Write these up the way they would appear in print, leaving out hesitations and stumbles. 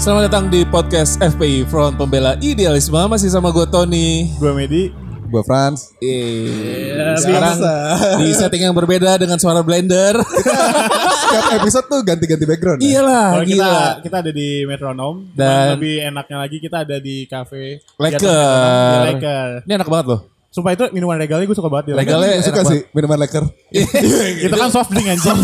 Selamat datang di podcast FPI Front Pembela Idealisme. Masih sama gue Tony, gue Medi, gue Frans. Sekarang di setting yang berbeda dengan suara blender. Setiap episode tuh ganti-ganti background. Iyalah, kalau gila. kita ada di Metronom. Dan lebih enaknya lagi kita ada di cafe Leker. Ini enak banget loh. Sumpah itu minuman legalnya gue suka banget. Legalnya Gue suka enak sih minuman leker. Itu kan soft drink anjing.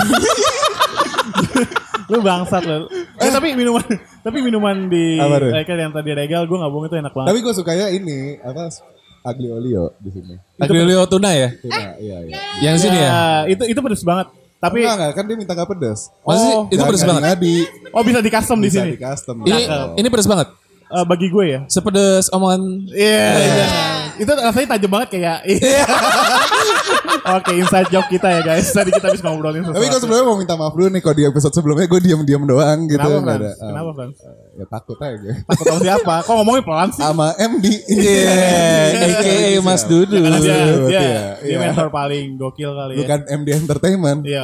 Lu bangsat lu. Tapi minuman di Leker yang tadi legal gue nggak bohong itu enak banget. Tapi gue sukanya ini apa? Aglio olio di sini. Aglio tuna ya? Tuna, iya. Yang sini ya? Itu pedes banget. Tapi enggak, kan dia minta gak pedas. Maksudnya itu pedes banget. oh bisa di custom di sini. Di custom. Ini pedes banget. Bagi gue ya. Sepedes omongan. Iya. Itu rasanya tajam banget kayak. Oke, inside joke kita ya guys. Tadi kita habis ngobrolin sesuatu. Tapi gue sebelumnya mau minta maaf dulu nih kalau di episode sebelumnya gue diam-diam doang gitu. Kenapa Frans? Ya takut aja gue. Takut tahu siapa? Kok ngomongnya pelan sih? Sama MD. A.K.A. Mas Dudu. Karena dia Iya. mentor paling gokil kali ya. Bukan MD Entertainment. Iya.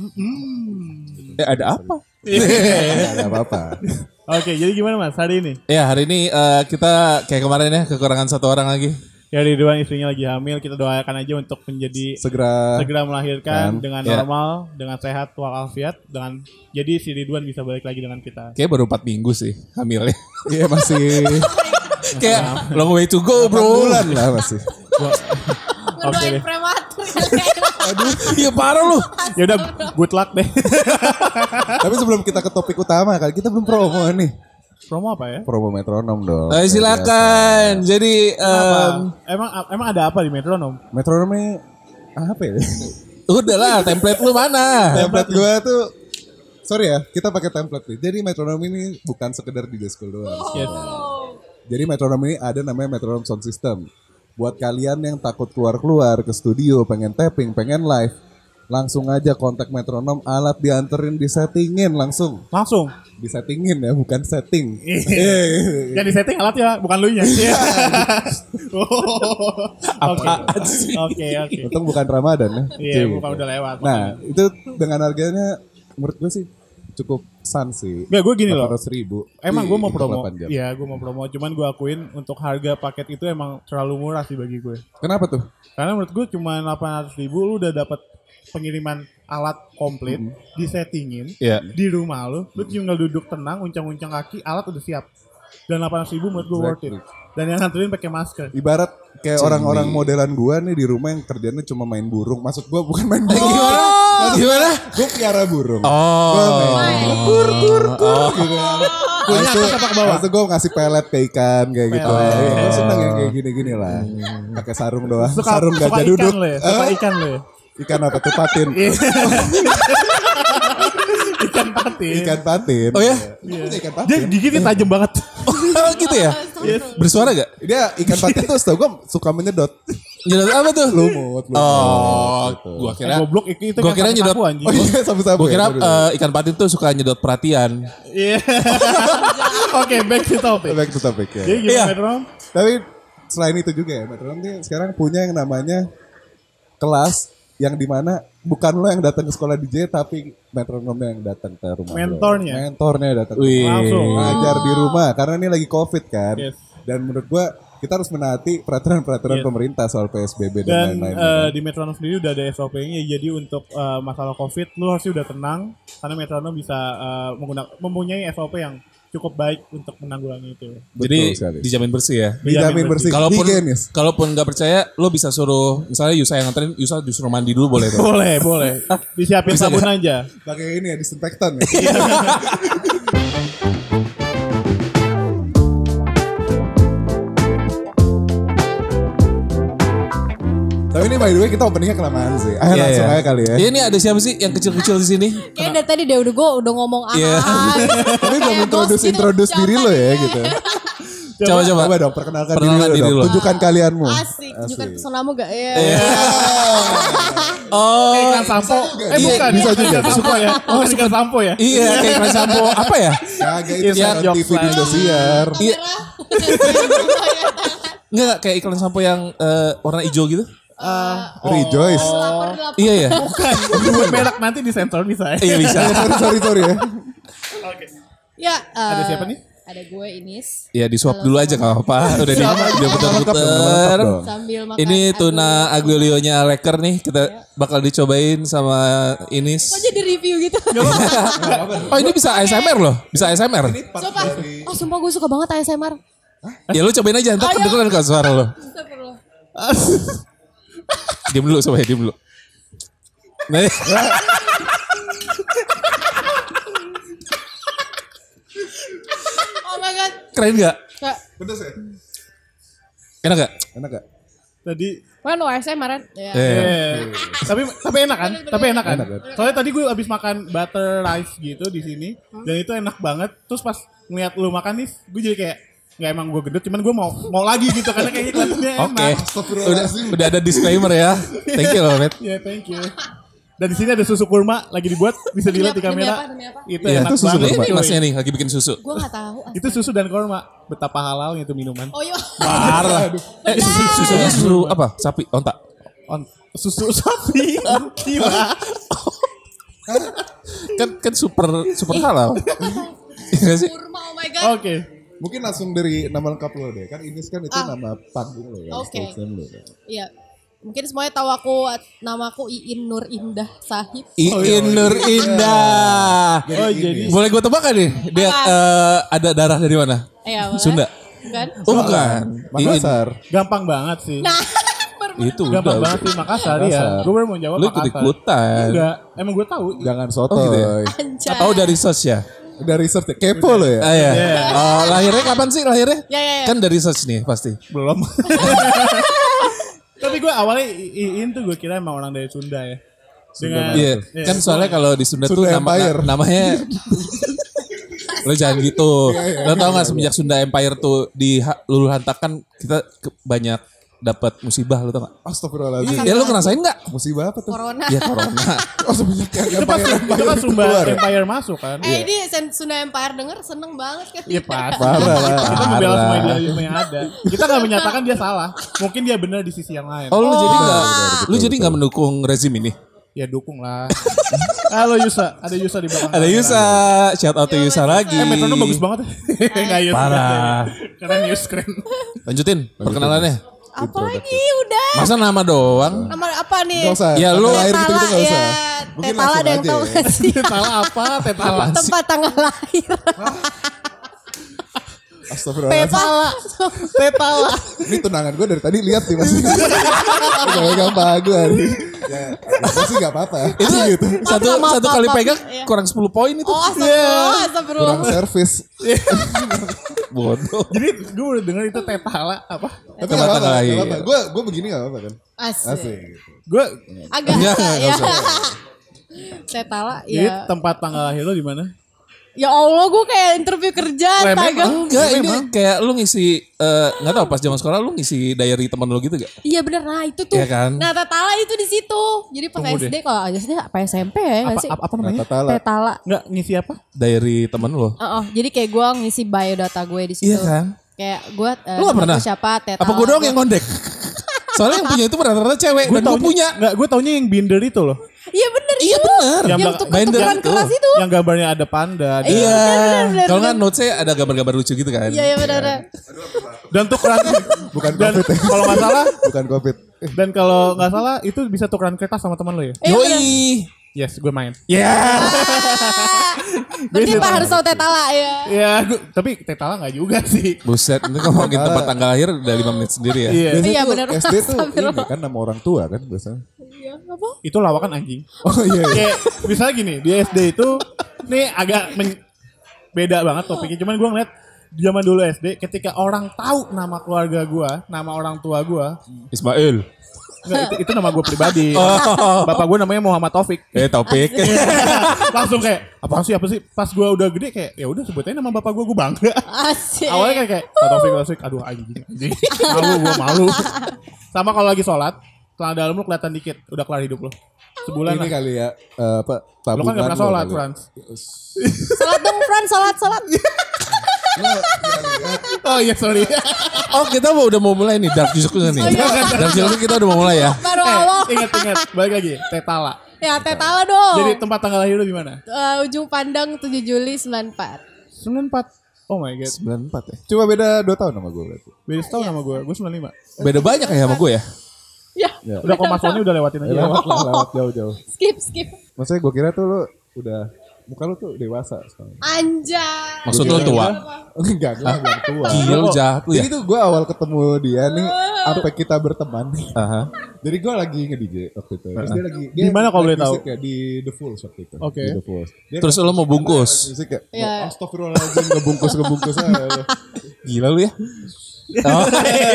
Ada apa? Gak apa-apa. Oke, jadi gimana Mas hari ini? Ya hari ini kita kayak kemarin ya kekurangan satu orang lagi. Ya Ridwan istrinya lagi hamil, kita doakan aja untuk menjadi Segera melahirkan dengan Ya. normal, dengan sehat walafiat, dengan jadi si Ridwan bisa balik lagi dengan kita. Kayak baru 4 minggu sih hamilnya. Iya masih Kayak long way to go 8 bro. bulan lah masih. Oke deh. Prematur. Iya parah lu. Ya udah, good luck deh. Tapi sebelum kita ke topik utama kali kita belum promo nih. Promo apa ya? Promo metronom dong. Ayo silakan. Jadi Emang ada apa di Metronom? Metronom ini apa ya? udahlah template lu mana? Template gue tuh sorry ya, kita pakai template nih. Jadi metronom ini bukan sekedar DJ school doang. Yes. Jadi metronom ini ada namanya metronom sound system. Buat kalian yang takut keluar-keluar ke studio, pengen tapping, pengen live, langsung aja kontak metronom, alat dianterin, disettingin langsung. Langsung. Disettingin ya, bukan setting. Yang di setting alat ya, bukan lu nya. Oke. Untung bukan Ramadan ya. Iya, bukan udah lewat. Nah, itu dengan harganya menurut gue sih cukup sans sih. Gak, gue gini loh. 800.000. Emang gue mau Untuk promo. 8 jam. Iya, gue mau promo. Cuman gue akuin untuk harga paket itu emang terlalu murah sih bagi gue. Kenapa tuh? Karena menurut gue cuma 800.000 lu udah dapat pengiriman alat komplit, disettingin Iya. di rumah lu tinggal duduk tenang, uncang-uncang kaki, alat udah siap. Dan 800.000 menurut gue worth it. Dan yang nganterin pakai masker. Ibarat kayak orang-orang modelan gua nih di rumah yang kerjanya cuma main burung. Maksud gua bukan main burung. Gimana? Gua piara burung. Oh. Gua main kur gitu. Punya atas apa ke bawah? Maksud gua ngasih pelet ke ikan kayak gitu. Pelet. Gua seneng yang kayak gini-gini lah. Pakai sarung doang. Suka Sarung gajah ikan duduk. lo ya? Suka ikan lo ya? Ikan apa tuh patin? Ikan patin. Ikan patin. Oh ya? Iya. Ikan Dia patin. gigitnya tajam banget. Oh gitu ya? Bersuara gak? Dia ikan patin tuh setahu gua suka menyedot. Nyedot apa tuh? Lumut. Oh, gitu. gua kira Goblok itu Gua kira nyedot. sapu anjing. Oh iya sabu-sabu. Gua kira ya, ikan patin tuh suka nyedot perhatian. Iya. Oke, back to topic. back to topic ya. Jadi Iya. gimana Metrom? Tapi selain itu juga ya, metronom ini sekarang punya yang namanya kelas yang dimana bukan lo yang datang ke sekolah DJ tapi metronomnya yang datang ke rumah Mentornya? lo. Mentornya datang Wih. Langsung. ngajar di rumah karena ini lagi COVID kan. Yes. Dan menurut gua kita harus menaati peraturan-peraturan Yes. pemerintah soal PSBB Dan dan lain-lain. di Metronom sendiri udah ada SOP-nya. Jadi untuk masalah COVID, lu harusnya udah tenang karena Metronom bisa mempunyai SOP yang cukup baik untuk menanggulangi itu. Jadi sekali. dijamin bersih ya. Dijamin bersih. Higienis. Kalaupun nggak percaya, lo bisa suruh misalnya Yusa yang nganterin, Yusa disuruh mandi dulu boleh tuh. Boleh. Disiapin Bisa sabun nggak? aja. Pakai ini ya disinfektan ya. Tapi ini by the way kita openingnya kelamaan sih. Ayo Iya, langsung iya. aja kali ya. Iya, ini ada siapa sih yang kecil-kecil di sini? Kayaknya dari tadi dia udah ngomong Iya. Tapi belum introduce diri lo ya gitu. Coba. Coba dong perkenalkan Perkenalkan diri diri lo lo. dong. Tunjukkan kalianmu. Asik, tunjukkan pesonamu gak ya? Oh, Iklan sampo. Iya, Bukan. bisa juga. Iklan sampo ya. Oh, iklan sampo ya. iya kayak iklan sampo. Apa ya? Kagak itu Iya, siaran jokes TV di lah. Indosiar. Iya. Enggak kayak iklan sampo yang warna hijau gitu? Rejoice. Iya ya. Bukan. Buat merek nanti di sensor bisa ya. Iya bisa. Sorry ya. Oke. Ya, Ada siapa nih? Ada gue Inis. Ya di swap Halo dulu aja semua. gak apa-apa. Udah dia putar-putar. Sambil makan. Ini tuna aglio olio-nya Leker nih. Kita bakal dicobain sama Kok Inis. jadi review gitu? Oh ini bisa ASMR loh. Bisa ASMR. Sumpah. Oh sumpah gue suka banget ASMR. Ya lu cobain aja. Ntar kedengeran kan suara lo. Astagfirullah. Diam dulu coba ya. Diam dulu. Nah, Oh my god. keren gak? Kak, Pedes ya? Enak gak? Enak gak? Tadi kan lo ASMR kan? Ya. tapi enak kan? Tapi enak kan? Enak kan? Soalnya tadi gue abis makan butter rice gitu di sini dan itu enak banget. Terus pas ngeliat lu makan nih, gue jadi kayak nggak emang gue gendut, cuman gue mau lagi gitu karena kayaknya kelihatannya Oke. enak. Udah ada disclaimer ya. Thank you loh, Matt. Ya thank you. Dan di sini ada susu kurma lagi dibuat, bisa dilihat di Demi kamera. apa? Demi apa? Itu Iya, enak itu susu banget. kurma. cuy. Masnya nih lagi bikin susu. Gue gak tahu. Itu susu dan kurma. Betapa halalnya itu minuman. Oh iya. Parah. Susunya susu apa? Sapi, onta. Susu sapi. Gila. Kan super halal. Iya gak sih? Kurma, oh my god. Oke. Mungkin langsung dari nama lengkap lo deh. Kan Inis kan itu nama panggung lo ya. Oke. stage name lo kan. Iya. Mungkin semuanya tahu aku, namaku Iin Nur Indah Sahib. Iin Nur Indah. Oh jadi Boleh gue tebak kan nih? Dia ada darah dari mana? Iya, boleh. Sunda. Bukan? Oh bukan. Makassar. gampang banget sih. Nah, Itu Gampang udah. banget sih Makassar ya. Makassar. Gue baru mau jawab Lu Makassar. ikut-ikutan. Enggak, emang gue tahu. Jangan Oh, sotoy. gitu ya? anjay. Oh dari search ya? Udah research ya? Kepo lo ya? Ah, ya. Iya. Lahirnya kapan sih lahirnya? Ya. Kan dari search nih pasti. Belum. Tapi gue awalnya Iin tuh gue kira emang orang dari Sunda ya. Dengan Iya, kan soalnya kalau di Sunda tuh Sunda Empire. namanya lo jangan gitu. Lo tau gak semenjak Sunda Empire tuh diluluhantakan kita banyak dapat musibah, lo tau gak? Astagfirullahaladzim. Ya lo ngerasain gak? Musibah apa tuh? Corona. Ya corona. Oh semenjak itu pas itu kan Sunda Empire masuk kan. Ini Sunda Empire denger seneng banget kan? Iya pas. Parah lah. Kita membela semua Parah. idealisme yang ada. Kita gak menyatakan dia salah. Mungkin dia benar di sisi yang lain. Oh lu jadi gak, betul, lu jadi gak mendukung rezim ini? Ya dukung lah. Halo Yusa, ada Yusa di belakang. Ada Yusa, shout out to Yusa lagi. Metronom bagus banget. Enggak Yus. Parah. Keren Yus, keren. Lanjutin perkenalannya. Apa lagi udah? Masa nama doang? Nama apa nih? Gak usah. Ya, lu- lahir gitu gak usah. Ya, Mungkin Tetala ada yang langsung tahu aja ya. gak sih? Tetala apa? Tetala. Apaan sih? Tempat tanggal lahir. Astagfirullahaladzim. Tetala. Tetala. Ini tunangan gue dari tadi lihat nih masih. Gak pagu hari. Ya, gue sih gak apa-apa. Itu gitu. satu Maaf, satu kali maaf. pegang Iya. kurang 10 poin itu. Oh astagfirullah. Kurang servis. Bodoh. Jadi gue udah denger itu Tetala apa? Tapi Tempat gak tanggal lahir. apa-apa. Gue begini gak apa-apa kan. Asik. Asik. Gue Agak Enggak, ya. usah. Tetala jadi ya. tempat tanggal lahir lo di mana? Ya Allah gue kayak interview kerja Lah, astaga. Enggak, ini kayak lu ngisi nggak tahu pas zaman sekolah lu ngisi diary teman lu gitu gak? Iya bener, nah itu tuh. Iya kan? Nah Tetala itu di situ. Jadi pas Tunggu SD kalau SD apa SMP ya nggak sih? Apa namanya? Tatala. Tetala. Enggak ngisi apa? Diary teman lu. Jadi kayak gue ngisi biodata gue di situ. Iya kan? Kayak gue Lu gak pernah? siapa Tetala. Apa gue doang yang ngondek? Soalnya yang punya itu rata-rata cewek dan gue punya. Enggak, gue taunya yang binder itu loh. Iya bener Iya itu. bener. Yang Yang binder tukeran itu. keras itu. Yang gambarnya ada panda. ada- Iya. bener, Kalau nggak notesnya ada gambar-gambar lucu gitu kan? Iya bener. Dan tukeran Bukan dan COVID ya. kalau nggak salah Bukan COVID. dan kalau nggak salah itu bisa tukeran kertas sama teman lo ya? Yoi. Yes, gue main. Ya. Berarti Pak harus tahu Tetala ya. Ya, tapi Tetala nggak juga sih. Buset, ini ngomongin tempat tanggal lahir udah 5 menit sendiri ya. Iya. Biasanya Iya, tuh bener. SD tuh Astagfirullah. ini kan nama orang tua kan biasanya. Iya apa? Itu lawakan anjing. Oh iya. iya. Kayak misalnya gini, di SD itu nih agak beda banget topiknya. Cuman gue ngeliat zaman dulu SD ketika orang tahu nama keluarga gue, nama orang tua gue, Ismail. enggak, itu nama gue pribadi. Oh. Bapak gue namanya Muhammad Taufik. Topik. Langsung kayak apa sih? Pas gue udah gede kayak ya udah sebutin nama bapak gue bangga. Asik. Awalnya kayak Pak Taufik, aduh anjing. Malu gue malu. Sama kalau lagi sholat, celana dalam lu kelihatan dikit, udah kelar hidup lu. Sebulan Ini lah. kali ya apa Lu tabungan kan gak pernah lo sholat, kali ya. Frans. Salat dong Fran, salat. Oh iya sorry. Oh kita udah mau mulai nih Dark Joke nih. Dark Joke kita udah mau mulai ya. Baru awal. Ingat, balik lagi. Tetala. Ya Tetala dong. Jadi tempat tanggal lahir lu di mana? Ujung Pandang 7 Juli 94. 94. Oh my god. 94 ya. Cuma beda 2 tahun sama gue berarti. Beda setahun sama gue 95. Beda banyak ya sama gue ya. Ya, Ya. Udah kok Mas Woni udah lewatin aja. Lewat jauh-jauh. skip. Maksudnya gue kira tuh lu udah muka lu tuh dewasa sekarang. Anjay. Maksud lu tua. Enggak bilang tua. Gila lu jahat lu ya. Jadi tuh gue awal ketemu dia nih, sampai kita berteman nih. Aha. Jadi gue lagi nge-DJ waktu itu. Terus dia lagi Di mana kalau boleh tahu? Ya, di The Fools waktu itu. Oke. Di The Fools. Dia Terus lu mau bungkus. musik ya. Iya. Astagfirullahaladzim ngebungkus aja. Gila lu ya. Oh,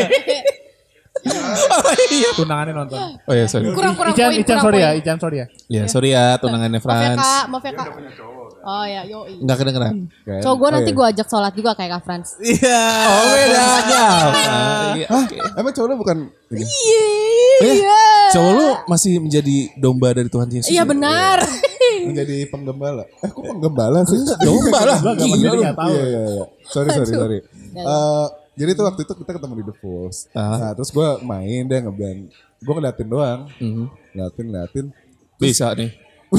Tunangannya nonton. oh ya sorry. Kurang Ican, poin, Ican kurang sorry ya, poin. Ican sorry ya. Ya sorry ya tunangannya Maaf ya Frans. kak, maaf ya kak. Oh ya, yoi. Enggak kedengeran. Kan? So gue nanti iya. gue ajak sholat juga kayak Kak Frans. Iya. Oh beda. Iya, oke. Emang cowok lu bukan ini? Iya. Cowok lu masih menjadi domba dari Tuhan Yesus. Iya ya? benar. Menjadi penggembala. Kok penggembala sih? Domba lah. Gua gak Gila lu. nggak tahu. Iya. Sorry. Jadi tuh waktu itu kita ketemu di The Fools. Nah terus gue main, dia ngeband. Gue ngeliatin doang. Ngeliatin. Bisa nih.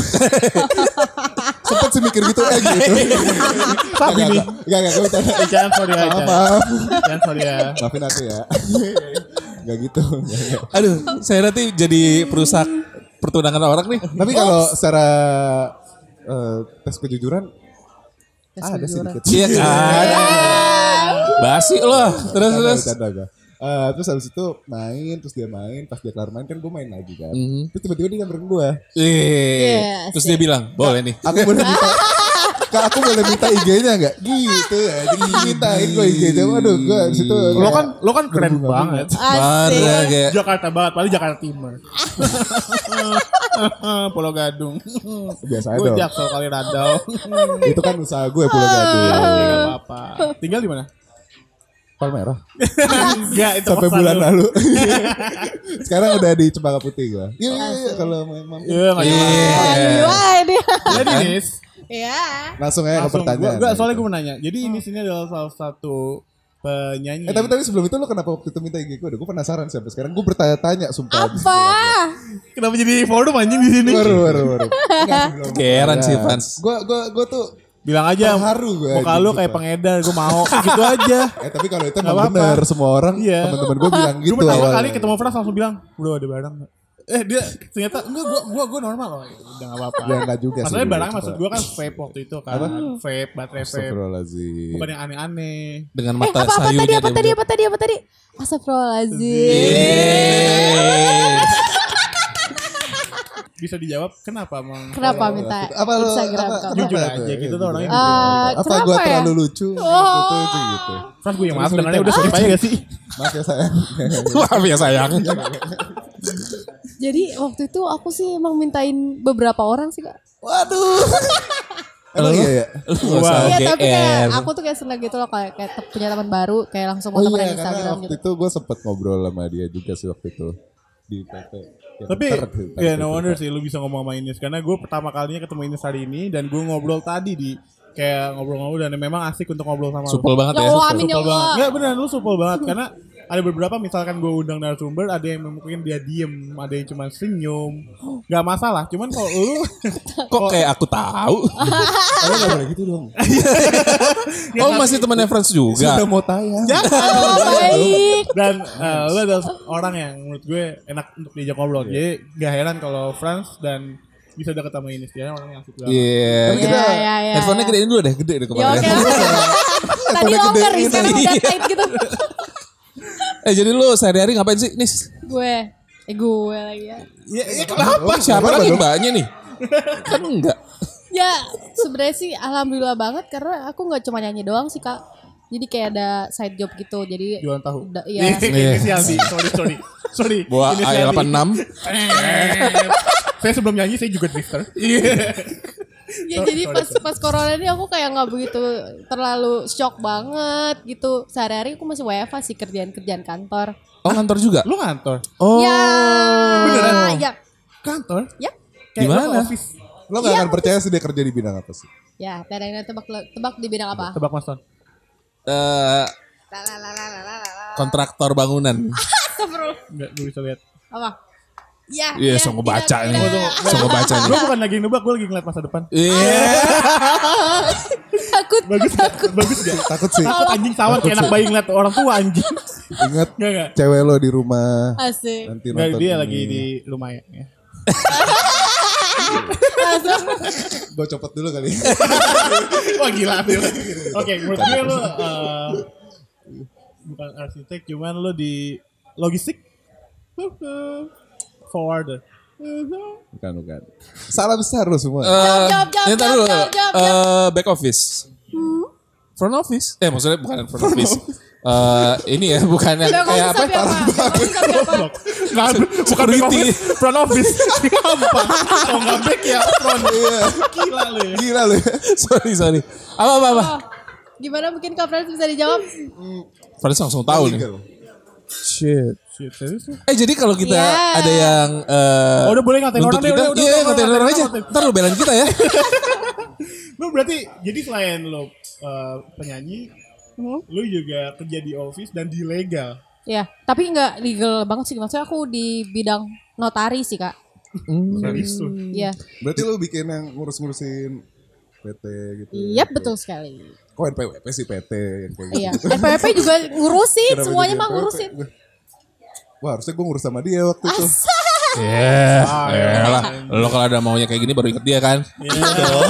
Sempet sih mikir gitu gitu. Tapi nih. Gak bercanda. Ican sorry ya, Ican. Maaf. Ican sorry ya. Maafin aku ya. Gak gitu. Aduh, saya nanti jadi perusak pertunangan orang nih. Tapi kalau secara tes kejujuran ada sih dikit. Iya kan? Basi loh. Terus. Bercanda gua. Terus habis itu main, terus dia main, pas dia kelar main kan gue main lagi kan. Terus tiba-tiba dia nyamperin gue. Iya, Terus dia bilang, boleh nih. Aku boleh minta, Kak aku boleh minta IG-nya gak? Gitu ya, jadi mintain gue IG-nya. Waduh gue abis itu. Lo kan keren banget. Mana Asik. kayak Jakarta banget, paling Jakarta Timur. Pulau Gadung. Biasa Gue dong. Jaksel kali Radau. Itu kan usaha gue Pulau Gadung. Gak apa-apa. Tinggal di mana? Palmerah. Enggak, itu Sampai kosan bulan lu. lalu. Sekarang udah di Cempaka Putih gue. Iya kalau memang. Iya, enggak Iya. Wah dia. Jadi Nis, Iya. Langsung aja ke langsung pertanyaan. soalnya gue mau nanya. Jadi ini sini adalah salah satu penyanyi. Tapi sebelum itu lo kenapa waktu itu minta IG gue? Gue penasaran sih sampai sekarang. Gue bertanya-tanya sumpah. Apa? Kenapa jadi forum anjing di sini? Baru. Keran sih Frans. Gue tuh Bilang aja terharu gue. muka lu kayak pengedar, gue mau gitu aja. Tapi kalau itu Nggak emang apa-apa. bener semua orang. Iya. Teman-teman gue bilang gitu Gue pertama awalnya. kali ketemu Frans langsung bilang, udah ada barang nggak? Dia ternyata enggak, gue normal loh. Udah gak apa-apa. Ya enggak juga sih. Masalahnya dulu, barang coba. maksud gue kan vape waktu itu kan. Vape, baterai vape. Astagfirullahaladzim. Bukan yang aneh-aneh. Dengan mata Apa sayunya tadi? dia bilang. Apa tadi? Astagfirullahaladzim. Yeay. Bisa dijawab kenapa Mang? Kenapa minta Apa lo? Instagram Apa, kamu? Jujur kenapa aja itu? gitu tuh orangnya. Apa kenapa gue ya? terlalu lucu? Gitu. Frans gue yang maaf dengannya udah skip aja gak sih? Maaf ya sayang. Maaf ya sayang. Jadi waktu itu aku sih emang mintain beberapa orang sih kak. Waduh. Emang iya ya? Lu gak usah Iya tapi kayak GR. aku tuh kayak seneng gitu loh kayak punya teman baru kayak langsung Oh mau temenan iya karena Instagram waktu gitu. itu gue sempet ngobrol sama dia juga sih waktu itu. Di PT. Tapi ya no wonder sih lu bisa ngomong sama Ines. Karena gue pertama kalinya ketemu Ines hari ini. Dan gue ngobrol tadi di kayak ngobrol-ngobrol. Dan memang asik untuk ngobrol sama lu. Supel banget Ya ya. Allah amin ya Supel banget. Allah. Enggak beneran lu supel banget. Karena ada beberapa misalkan gue undang narasumber, ada yang mungkin dia diem, ada yang cuma senyum. Gak masalah. Cuman kalau lu Kok kayak aku tahu. Karena gak boleh gitu dong. Oh masih temannya Frans juga. Sudah mau tayang. Oh, baik. dan lu adalah orang yang menurut gue enak untuk diajak ngobrol. Jadi gak heran kalau Frans dan bisa deket sama Ines. Dia orang yang asik banget. Iya. Tapi kita Ya. Handphonenya gedein dulu deh. Gede deh Ya kemarin. oke. Tadi longgar nih sekarang udah Iya. tight gitu. Jadi lu sehari-hari ngapain sih Nis? Gue lagi ya. Iya, Kenapa? Siapa lagi mbaknya nih? Kan enggak. Ya sebenarnya sih alhamdulillah banget karena aku nggak cuma nyanyi doang sih kak. Jadi kayak ada side job gitu. Jadi jualan tahu. Iya. Inisial D. Sorry. Bawa Inisial D. A86. Saya sebelum nyanyi saya juga drifter. Iya. Ya jadi pas corona ini aku kayak nggak begitu terlalu shock banget gitu. Sehari-hari aku masih WFH sih kerjaan kantor. Oh kantor juga? Lu kantor? Oh. Ya. Beneran? Ya. Kantor? Ya. Kayak Gimana? lu office. Lo gak akan percaya sih dia kerja di bidang apa sih? Ya. Tadang tebak di bidang apa? Tebak Mas Ton. Kontraktor bangunan. Astagfirullah. Enggak, gue bisa lihat. Apa? Ya. Iya, so ngebaca nih. So ngebaca nih. Gue bukan lagi nebak, gue lagi ngeliat masa depan. Iya. Takut. Bagus gak? Takut sih. Takut anjing sawar kayak anak bayi ngeliat orang tua anjing. Ingat Enggak. cewek lo di rumah. Asik. Nanti Enggak, nonton dia ini. lagi di lumayan ya. Gue copot dulu kali. Wah gila tuh. Oke, menurut gue lo bukan arsitek, cuman lo di logistik. Forwarder. Bukan. Salah besar lo semua. Jawab. Back office. Front office? Maksudnya bukan front office. Ini ya, bukan yang kayak apa? Nah, bukan back office, front office. Gampang. Kalau nggak back ya front. Gila lo ya. Gila lo ya. Sorry. Apa? Gimana mungkin Kak Frans bisa dijawab? Frans langsung tahu nih. Shit. Serius lu? Jadi kalau kita Iya. ada yang Udah boleh ngatain nuntut orang deh, kita, udah, iya ngatain orang aja. ngatain. Ntar lu belain kita ya. Lu berarti jadi selain lo penyanyi, lu juga kerja di office dan di legal. Ya, tapi nggak legal banget sih. Maksudnya aku di bidang notari sih Kak. Serius lu. Iya. Berarti lo bikin yang ngurus-ngurusin PT gitu. Iya betul sekali. Kok NPWP sih PT yang kayak gitu. Iya. NPWP juga ngurusin, Kenapa semuanya jadi mah NPWP? ngurusin. Wah harusnya gue ngurus sama dia waktu itu. Iya lah. Lo kalau ada maunya kayak gini baru ikut dia kan. Iya.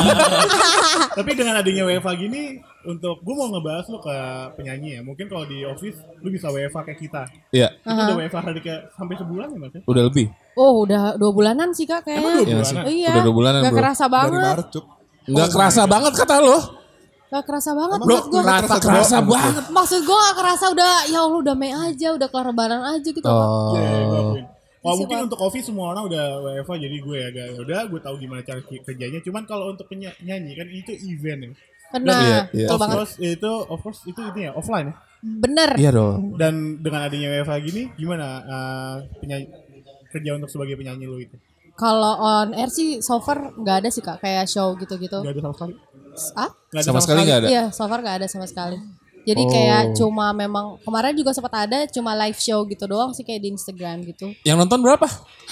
Tapi dengan adanya WFA gini, untuk gue mau ngebahas lo ke penyanyi ya. Mungkin kalau di office lu bisa WFA kayak kita. Iya. Itu udah WFA hari kayak sampai sebulan ya mas ya? Udah lebih. Oh udah 2 bulanan sih Kak kayaknya. Emang 2 Iya bulanan? sih. Iya. Udah 2 bulanan Gak bro. kerasa Dari banget. Maret cuk. Nggak kerasa banget kata lo. Gak kerasa banget Bro, maksud gue. Kerasa banget. Maksud gue gak kerasa udah ya Allah udah Mei aja, udah kelar lebaran aja gitu. Kak. Oh. Iya, gue akuin. Kalau Isi mungkin banget. untuk office semua orang udah WFA jadi gue agak udah gue tahu gimana cara kerjanya. Cuman kalau untuk penyanyi kan itu event ya. Benar. Iya. Betul Of banget. course itu ya offline ya. Bener. Iya dong. Dan dengan adanya WFA gini gimana penyanyi kerja untuk sebagai penyanyi lo itu? Kalau on air sih so far gak ada sih Kak, kayak show gitu-gitu. Gak ada sama sekali. Ah? Nggak ada Sama sekali nggak ada. Iya, so far gak ada sama sekali. Jadi Oh. kayak cuma memang kemarin juga sempat ada cuma live show gitu doang sih kayak di Instagram gitu. Yang nonton berapa?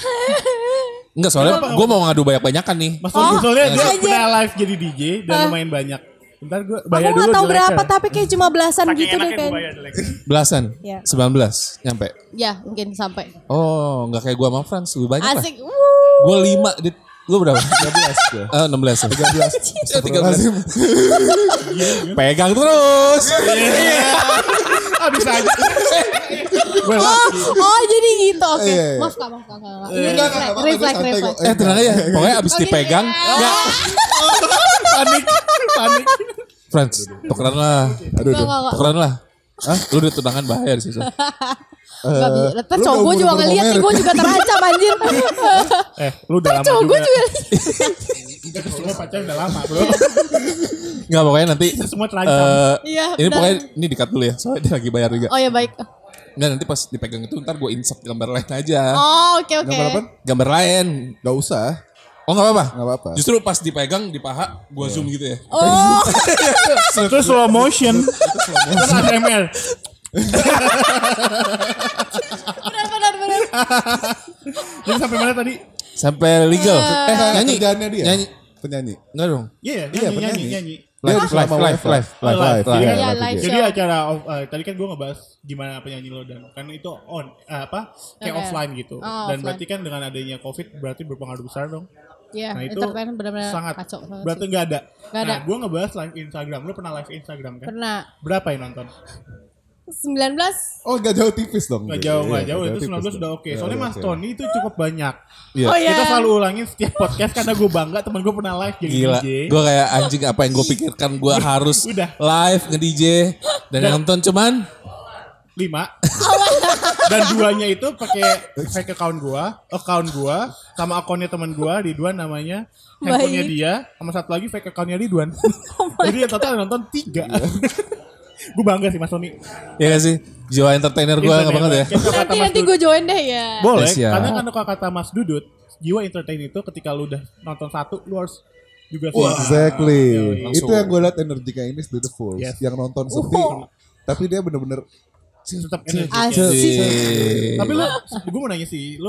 Enggak soalnya gue mau ngadu banyak-banyakan nih. Mas Tony soalnya dia anjir. pernah live jadi DJ dan lumayan banyak. Bentar gue Aku bayar dulu. gak tahu jeleknya. berapa tapi kayak cuma belasan Saking gitu deh enaknya gue kan. bayar jelek. Belasan? Iya. 19 nyampe. Ya mungkin sampai. Oh nggak kayak gue sama Frans. Lebih banyak lah. Asik. Gue 5. Lu berapa? 13 gue. 16 ya? 13. 13. Pegang terus. Ah bisa aja. Gue Oh jadi gitu. Oke. Iya, iya. Maaf Kak. Ini Enggak, apa-apa, gue refleks. santai kok. Tenang aja. Pokoknya abis Oke, dipegang. iya. Nggak. panik. Frans, tukeran lah. Aduh, Enggak. Tukeran lah. Hah? Lu udah tunangan bahaya di situ. Gak bisa. Ntar lu cowok udah gue juga umur ngeliat nih, merit. gue juga terancam anjir. Lu udah lama Cowok gue juga. Kita semua pacaran udah lama bro. Nggak pokoknya nanti. Kita semua terancam. Iya, Ini benar. pokoknya ini di-cut dulu ya. Soalnya dia lagi bayar juga. Oh ya baik. Nggak nanti pas dipegang itu ntar gue insert gambar lain aja. Oh oke. Gambar apa? Gambar lain. Gak usah. Oh nggak apa-apa. Gak apa-apa. Justru pas dipegang di paha gue zoom gitu ya. Oh. Itu slow motion. Itu HTML. Benar. Jadi sampai mana tadi? Sampai legal. Nyanyi. Kerjaannya dia. Nyanyi. Penyanyi. Enggak dong. Iya, Iya, nyanyi. Live. Live. Iya, live Jadi show. acara tadi kan gue ngebahas gimana penyanyi lo dan kan itu kayak Oke. offline gitu. Oh, Dan offline. berarti kan dengan adanya COVID berarti berpengaruh besar dong. Iya, Nah, itu entertainment benar-benar Sangat. kacau banget Berarti sih. nggak ada. Nggak ada. Nah, gue ngebahas live Instagram. Lo pernah live Instagram kan? Pernah Berapa yang nonton? 19. Oh gak jauh tipis dong. Nggak Iya, jauh. nggak Itu 19 tipis udah dong. oke. Iya, Soalnya udah Mas oke. Tony itu cukup banyak. Iya. Oh iya. Kita selalu ulangin setiap podcast karena gue bangga teman gue pernah live jadi Gila. DJ. Gue kayak anjing apa yang gue pikirkan gue harus Udah. live nge-DJ. Dan yang nonton cuman 5 dan 2-nya itu pakai fake account gua sama akunnya teman gua Ridwan namanya, handphonenya Baik. dia sama satu lagi fake accountnya Ridwan. Jadi yang total nonton 3. Gue bangga sih Mas Tony. ya gak sih? Jiwa entertainer gue gak banget ya. Kayak kata Mas Nanti Dudut. gue join deh ya. Boleh, Yes, ya. karena kan kata Mas Dudut, jiwa entertain itu ketika lu udah nonton satu, lu harus juga Exactly. Yoi. Itu yang gue liat energinya ini is beautiful. Yes. Yang nonton sepi, tapi dia bener-bener tetap energi. Asik. Tapi lu, gue mau nanya sih, lu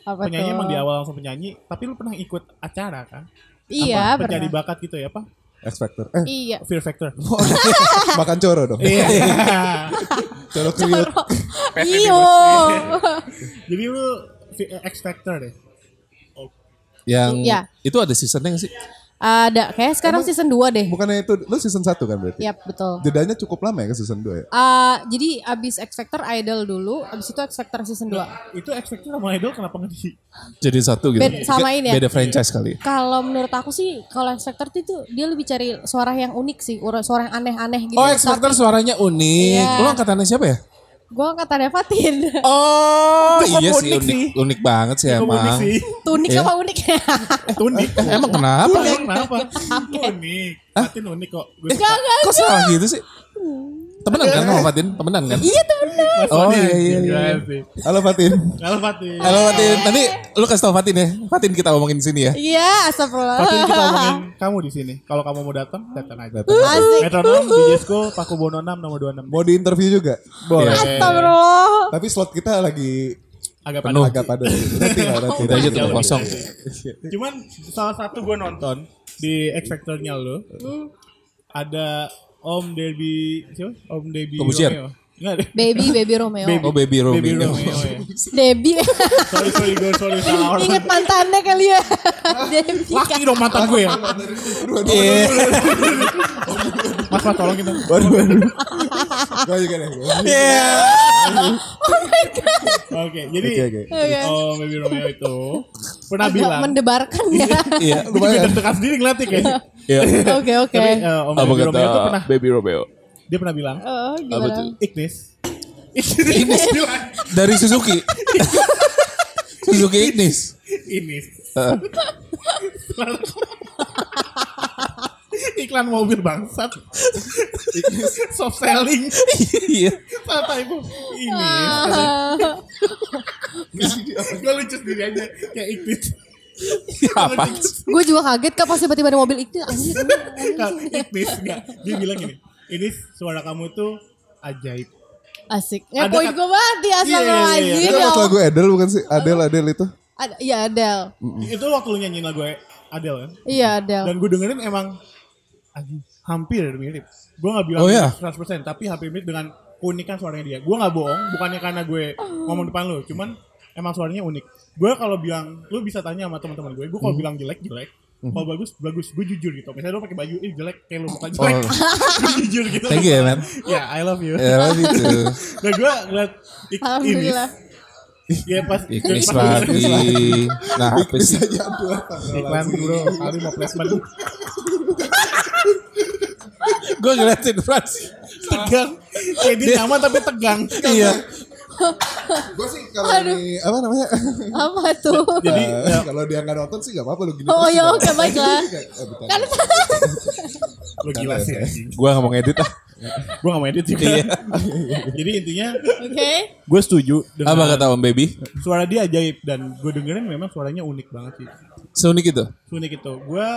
Apa penyanyi tuh? emang di awal langsung penyanyi, tapi lu pernah ikut acara kan? Iya, Apa, pencari pernah. bakat gitu ya, apa? X Factor. Iya. Fear Factor. Makan coro dong. Iya. Coro kriuk. Iyo. Jadi lu X Factor deh. Yang Ya. itu ada seasonnya nggak sih? Ada kayak sekarang season 2 deh. Bukannya itu lu season 1 kan berarti? Yap, betul. Jedanya cukup lama ya ke season 2 ya? Jadi abis X Factor Idol dulu, abis itu X Factor season 2. Itu X Factor sama Idol kenapa nggak di? Jadi satu gitu. Samain ya? Beda franchise kali. Kalau menurut aku sih, kalau X Factor itu dia lebih cari suara yang unik sih, suara yang aneh-aneh gitu. Oh, X Factor suaranya unik. Iya. Lo angkatannya siapa ya? Gue angkatannya Fatin. Oh, iya sih unik sih. unik banget sih Kok unik emang. sih? Tunik Iya. sama unik. Unik. Emang kenapa? Kenapa? Unik. Fatin unik kok. Gue Kok salah gitu sih? Temenan kan sama Fatin? Temenan kan? Iya temenan. Oh iya iya iya. Halo Fatin. Halo Fatin. Halo Fatin. Nanti lu kasih tau Fatin ya. Fatin kita omongin sini ya. Iya, astagfirullah. Fatin kita omongin kamu di sini. Kalau kamu mau datang aja. Asik. Metronom DJ School Paku Bono 6 nomor 26. Mau di interview juga? Boleh. Astagfirullah. Tapi slot kita lagi Agak Penuh. panas. agak padat. Nanti lah nanti. Kita aja tuh kosong. Cuman salah satu gue nonton di X Factor-nya lo ada Om Debbie siapa? Om Debbie Kobusier. Romeo. Enggak deh. Baby Romeo. Oh Baby Baby Romeo. Romeo ya. Debbie. Sorry gue salah orang. Ingat mantannya kali ya. Debbie. Laki dong mantan gue ya. Iya. Mas tolongin dong. Waduh. Gue juga deh. Iya. Oke, jadi Oke. Om Baby Romeo itu pernah Agak bilang. mendebarkan ya. Iya. Gue juga deg-degan sendiri ngeliatnya kayaknya. Iya. Oke oke. Tapi Om Apa Baby Romeo itu kata pernah Baby Romeo? dia pernah bilang Oh, Apa gimana? tuh? Ignis. Ignis bilang Dari Suzuki. Suzuki Ignis. ini. Iklan mobil bangsat. Soft selling. Iya. Kata ibu ini. Gue lucu sendiri aja kayak Ignis. Apa? Gue juga kaget kak pas tiba-tiba ada mobil itu anjir. Ignis enggak. Dia bilang gini. Ini suara kamu tuh ajaib. Asik. Ada Ngepoin kat- gue banget di Iya, astagfirullahaladzim. Itu ya lagu Allah. Adele bukan sih? Adele itu. Iya Adele. Itu waktu lu nyanyiin lagu Adele kan. Iya Adele. Dan gue dengerin emang hampir mirip. Gue gak bilang Oh, iya? 100% tapi hampir mirip dengan keunikan suaranya dia. Gue gak bohong, bukannya karena gue ngomong depan lu, cuman emang suaranya unik. Gue kalau bilang, lu bisa tanya sama teman-teman gue kalau bilang jelek, kalau bagus, gue jujur gitu. Misalnya lu pakai baju, jelek, kayak lu bukan jelek. Oh. Gue jujur gitu. Thank you ya man. Ya, I love you. Ya gitu. Dan gue ngeliat ini. Alhamdulillah. Ya pas Ignis pas- lagi. Nah apa sih? Iklan bro, kali mau placement. Gue ngeliatin Frans. Tegang. Kayak dia nyaman tapi tegang. Iya. Gue sih kalau ini apa namanya? Apa tuh? Jadi Kalau dia nggak nonton sih nggak apa-apa lu gini. Oh terus ya juga. oke baiklah. Kan lo gila sih. Gue gak mau ngedit ah. Gue gak mau edit juga. Iya. Jadi intinya oke. gue setuju dengan Apa kata Om Baby? suara dia ajaib dan gue dengerin memang suaranya unik banget sih. Seunik itu? Unik itu.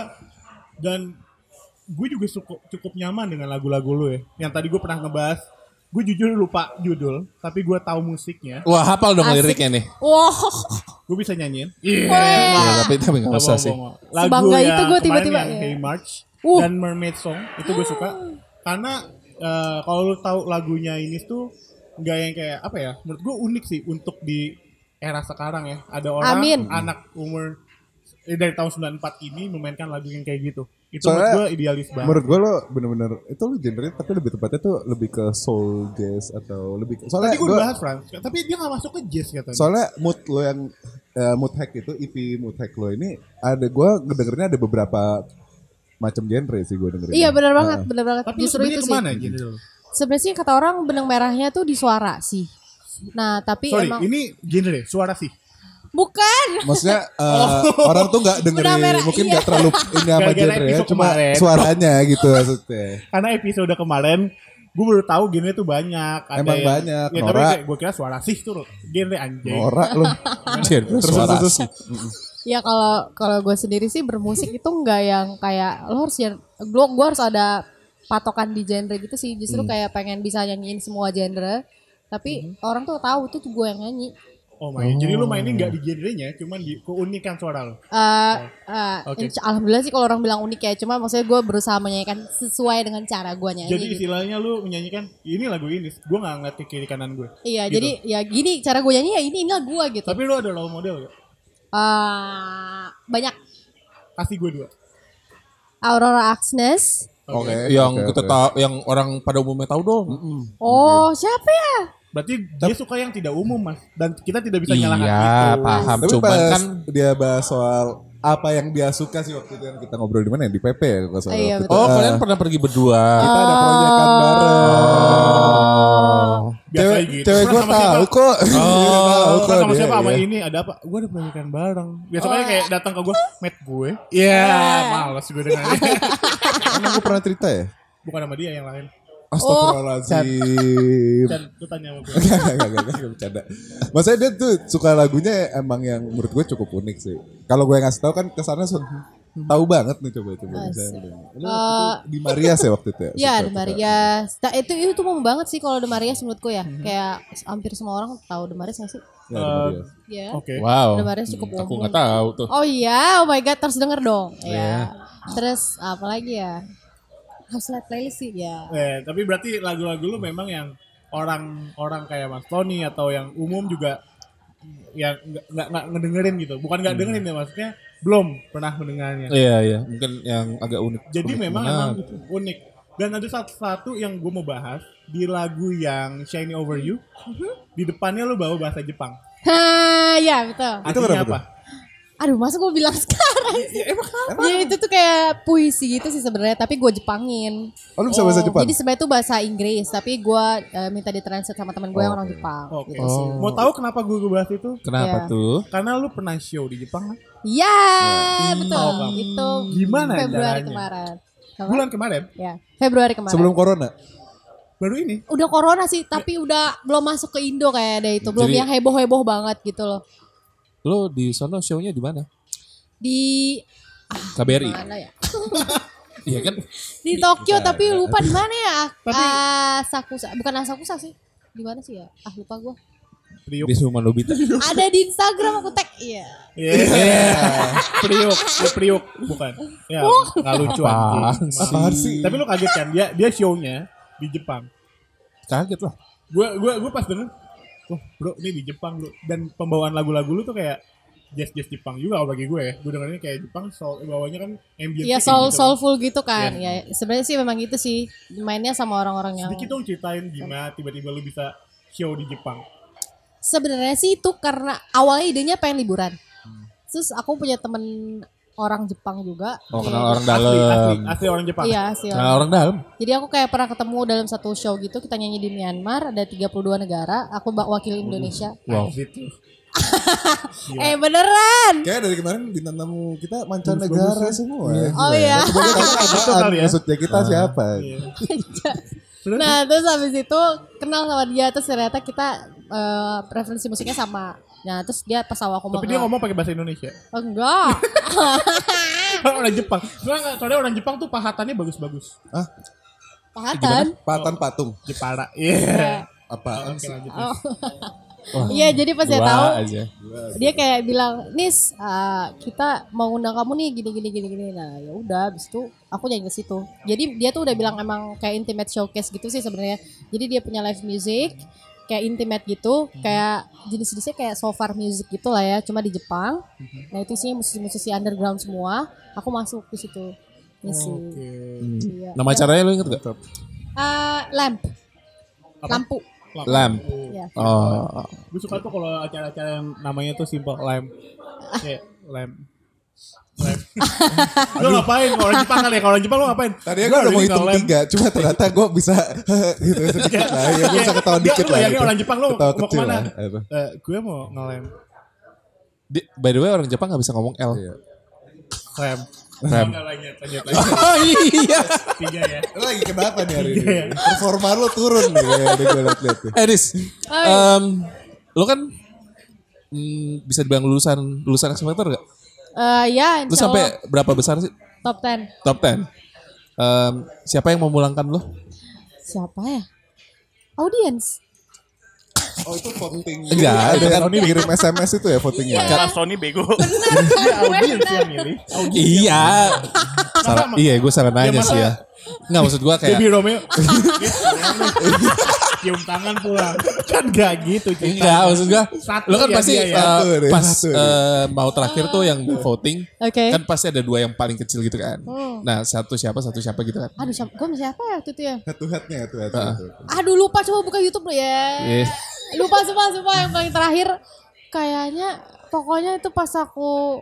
Gue juga cukup nyaman dengan lagu-lagu lu ya. Yang tadi gue pernah ngebahas. Gue jujur lupa judul, tapi gue tahu musiknya. Wah hafal dong Asik. liriknya nih. Wah. Gue bisa nyanyiin. Ya, tapi gak Nggak usah sih. bohong. Lagu Sebangga yang itu gue kemarin tiba-tiba, yang ya. Hey March dan Mermaid Song itu gue suka karena kalau lu tahu lagunya ini tuh nggak yang kayak apa ya? Menurut gue unik sih untuk di era sekarang ya. Ada orang Amin. anak umur dari tahun 94 ini memainkan lagu yang kayak gitu. Itu Soalnya, menurut gue idealis banget. Menurut gue lo bener-bener itu lo genrenya tapi lebih tepatnya tuh lebih ke soul jazz atau lebih ke, soalnya Tadi gue gue bahas Frans, tapi dia gak masuk ke jazz katanya. soalnya mood lo yang mood hack itu EP mood hack lo ini ada gue ngedengernya ada beberapa macam genre sih gue dengerin. Iya benar banget, benar banget. tapi Justru sebenarnya itu sih. kemana genre lu? Sebenarnya sih kata orang benang merahnya tuh di suara sih. Nah tapi Sorry, emang ini genre suara sih. bukan. Maksudnya orang tuh nggak Benang dengerin merah, mungkin iya. nggak terlalu ini apa Gara-gara genre ya episode cuma kemarin. suaranya gitu maksudnya. Karena episode kemarin gue baru tahu genre tuh banyak. Ada Emang yang- banyak, Ya, Nora. tapi gue kira suara sih tuh genre anjing. Norak lo. Anjir, suara sih. Ya kalau gue sendiri sih bermusik itu nggak yang kayak lo harus gue harus ada patokan di genre gitu sih. Justru kayak pengen bisa nyanyiin semua genre. Tapi orang tuh tahu tuh gue yang nyanyi. Oh my, jadi lu mainin nggak di genrenya, cuman di keunikan suara lu. Oke. Alhamdulillah sih kalau orang bilang unik ya. Cuma maksudnya gue berusaha menyanyikan sesuai dengan cara gue nyanyi. Jadi gitu. istilahnya lu menyanyikan ini lagu ini, gue nggak ngerti kiri kanan gue. Iya, gitu. jadi ya gini cara gue nyanyi ya inilah gue gitu. Tapi lu ada role model gak? Banyak. Kasih gue 2. Aurora Axnes. Oke. Yang oke, kita oke. tahu, yang orang pada umumnya tahu dong. Oh, siapa ya? Berarti dia suka yang tidak umum mas, dan kita tidak bisa nyalakan Iya, itu. paham. Tapi Cuman pas kan dia bahas soal apa yang dia suka sih waktu itu yang kita ngobrol di mana ya? Di PP ya kalau salah. Iya, Waktu betul. itu, oh kalian pernah pergi berdua. kita ada proyekan bareng. Oh. Biasanya Cewek, gitu. cewek Pernah gue sama tahu siapa? kok. Dia tahu Pernah sama dia, siapa sama iya. ini ada apa? Gue ada proyekan bareng. Biasanya kayak datang ke gue, met gue. Iya, males gue dengannya. Emang gue pernah cerita ya? Bukan sama dia yang lain. Astagfirullahaladzim. Dan lu tanya sama gue. Enggak, bercanda. Maksudnya dia tuh suka lagunya emang yang menurut gue cukup unik sih. Kalau gue ngasih tahu kan kesannya tahu banget nih coba. Lu waktu itu di Marias ya waktu itu ya? Iya, Suka- The Marias. Nah, itu umum banget sih kalau The Marias menurutku ya. Kayak hampir semua orang tahu The Marias nggak sih? Ya, The Marias. Iya. Oke. Wow. The Marias cukup umum. Aku nggak tahu tuh. Oh iya, oh my god, terus denger dong. Iya. Ya. Terus apa lagi ya? Harus lihat playlist sih ya. Tapi berarti lagu-lagu lu memang yang orang kayak Mas Tony atau yang umum juga yang nggak ngedengerin gitu. Bukan nggak dengerin ya, maksudnya belum pernah mendengarnya. Iya iya, mungkin yang agak unik. Jadi Unik memang mana? emang unik. Dan ada satu yang gue mau bahas di lagu yang Shiny Over You. Di depannya lu bawa bahasa Jepang. Ya betul. Artinya kenapa apa? Aduh, masa gue bilang sekarang sih? Ya itu tuh kayak puisi gitu sih sebenarnya, tapi gue Jepangin. Oh lu bisa bahasa Jepang? Jadi sebenarnya itu bahasa Inggris, tapi gue minta ditranslate sama teman gue yang orang Jepang. Oke. Gitu sih. Mau tahu kenapa gue bahas itu? Kenapa Iya. tuh? Karena lu pernah show di Jepang kan? Iya, betul. Bang. Itu Gimana Februari caranya? kemarin. Apa? Bulan kemarin? Ya, Februari kemarin. Sebelum corona? Baru ini? Udah corona sih, tapi udah belum masuk ke Indo kayak ada itu. Belum Jadi- yang heboh-heboh banget gitu loh. Lo di sono show-nya di mana? Di KBRI. mana ya? Iya kan? Di Tokyo, tapi lupa di mana ya? Tapi- Asakusa, bukan Asakusa sih. Di mana sih ya? Lupa gue. Priuk. Di rumah Nobita. Ada di Instagram aku tag. Iya. Iya. Priuk. Ya, Priuk. Bukan. Ya, nggak lucu anjing. Apaan sih? Tapi lu kaget kan? Dia show-nya di Jepang. Kaget lah. Gue pas denger, wah bro ini di Jepang lu. Dan pembawaan lagu-lagu lu tuh kayak jazz Jepang juga bagi gue ya. Gue dengernya kayak Jepang, bawahnya kan ambient. Iya, soulful gitu kan. Iya. Ya, sebenarnya sih memang gitu sih. Mainnya sama orang-orang yang Sedikit dong ceritain gimana tiba-tiba lu bisa show di Jepang. sebenarnya sih itu karena awalnya idenya pengen liburan. Terus aku punya temen orang Jepang juga. Oh, Iya. kenal orang Asli dalam. orang Jepang. Iya sih. Kenal orang dalam. Jadi aku kayak pernah ketemu dalam satu show gitu, kita nyanyi di Myanmar, ada 32 negara, aku wakil Indonesia. Wow. Gitu. Beneran. Kayak dari kemarin bintang tamu kita mancanegara semua. Ya. Oh iya. Betul kali ya. Maksudnya kita siapa? Iya. Nah terus habis itu kenal sama dia, terus ternyata kita preferensi musiknya sama. Nah terus dia pas awal aku Tapi dia ngomong pakai bahasa Indonesia. Oh, enggak. Orang Jepang. Soalnya orang Jepang tuh pahatannya bagus-bagus. Pahatan. Patan patung. Jepara. Iya. Apaan Oke sih? lanjut. Iya jadi pas saya Dua tahu aja. dia kayak bilang, Nis, kita mau undang kamu nih gini. Nah ya udah, abis itu aku nyanyi ke situ. Jadi dia tuh udah bilang emang kayak intimate showcase gitu sih sebenarnya. Jadi dia punya live music, kayak intimate gitu, kayak jenis-jenisnya kayak so far music gitu lah ya, cuma di Jepang. Nah itu sih musisi-musisi underground semua. Aku masuk ke situ ngisi. Iya. Nama acaranya lo inget gak? Lamp, lampu. Lamp. Ya. Oh. Gue suka tuh kalau acara-acara yang namanya tuh simple lamp. Kayak lamp. Lu ngapain? Kalau orang Jepang kali ya? Kalau orang Jepang lu ngapain? Tadinya gue udah mau hitung 3, cuma ternyata gue bisa gitu sedikit lah. Ya gue bisa ketawa dikit lah. Bayangin Gitu. orang Jepang lu Ketawa mau kecil kemana? lah. Apa? Gue mau nge-lamp. By the way orang Jepang gak bisa ngomong L. Iya. Lamp. Lamp. Lanjut. Oh iya. 3 ya. Lu lagi kenapa nih hari ini? Performa lu turun nih kayak gue liat-liat nih. Dis, lo kan bisa dibilang lulusan akselerator gak? Ya Lu insya sampai Allah berapa besar sih? top 10. Top 10. Siapa yang memulangkan lo? Siapa ya? Audience. Oh itu voting. Enggak, Ada itu yang kan ngirim SMS itu ya votingnya. Karena Sony bego. Dia audiens yang milih. iya. Salah, iya gue salah nanya masa- sih ya. Enggak maksud gue kayak Baby Romeo. Cium tangan pulang. Kan gak gitu. cium enggak tangan. maksud gue Satu lo kan ya pasti dia ya. Satu deh, pas satu deh. mau terakhir tuh yang voting Oke. kan pasti ada 2 yang paling kecil gitu kan. Nah satu siapa gitu kan. Aduh, gue siapa ya waktu itu ya? Head to headnya itu. Aduh lupa, coba buka YouTube lo ya. Iya. Lupa sumpah yang paling terakhir kayaknya pokoknya itu pas aku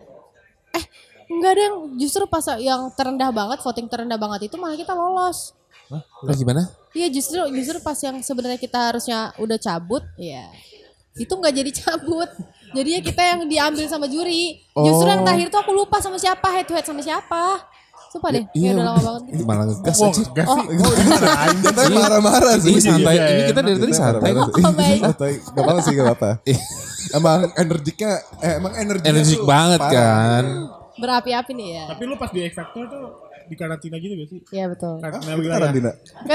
enggak deh, justru pas yang terendah banget, voting terendah banget itu malah kita lolos. Nah, gimana? Iya justru pas yang sebenarnya kita harusnya udah cabut, ya itu nggak jadi cabut. Jadinya kita yang diambil sama juri. Justru yang terakhir tuh aku lupa sama siapa, head to head sama siapa. Sumpah deh, kayak udah lama banget gitu. Malah ngegas Oh, aja. gas sih. Tapi marah-marah sih. Ini santai, Iya, ini iya, kita dari tadi santai kok. Oh, baik. Santai. Gak apa-apa sih, gak apa-apa. Emang energiknya, emang energinya Energik tuh banget parah. kan. Berapi-api nih ya. Tapi lu pas di X Factor tuh di karantina gitu gak sih? Iya betul. Karantina Itu wilayah. karantina.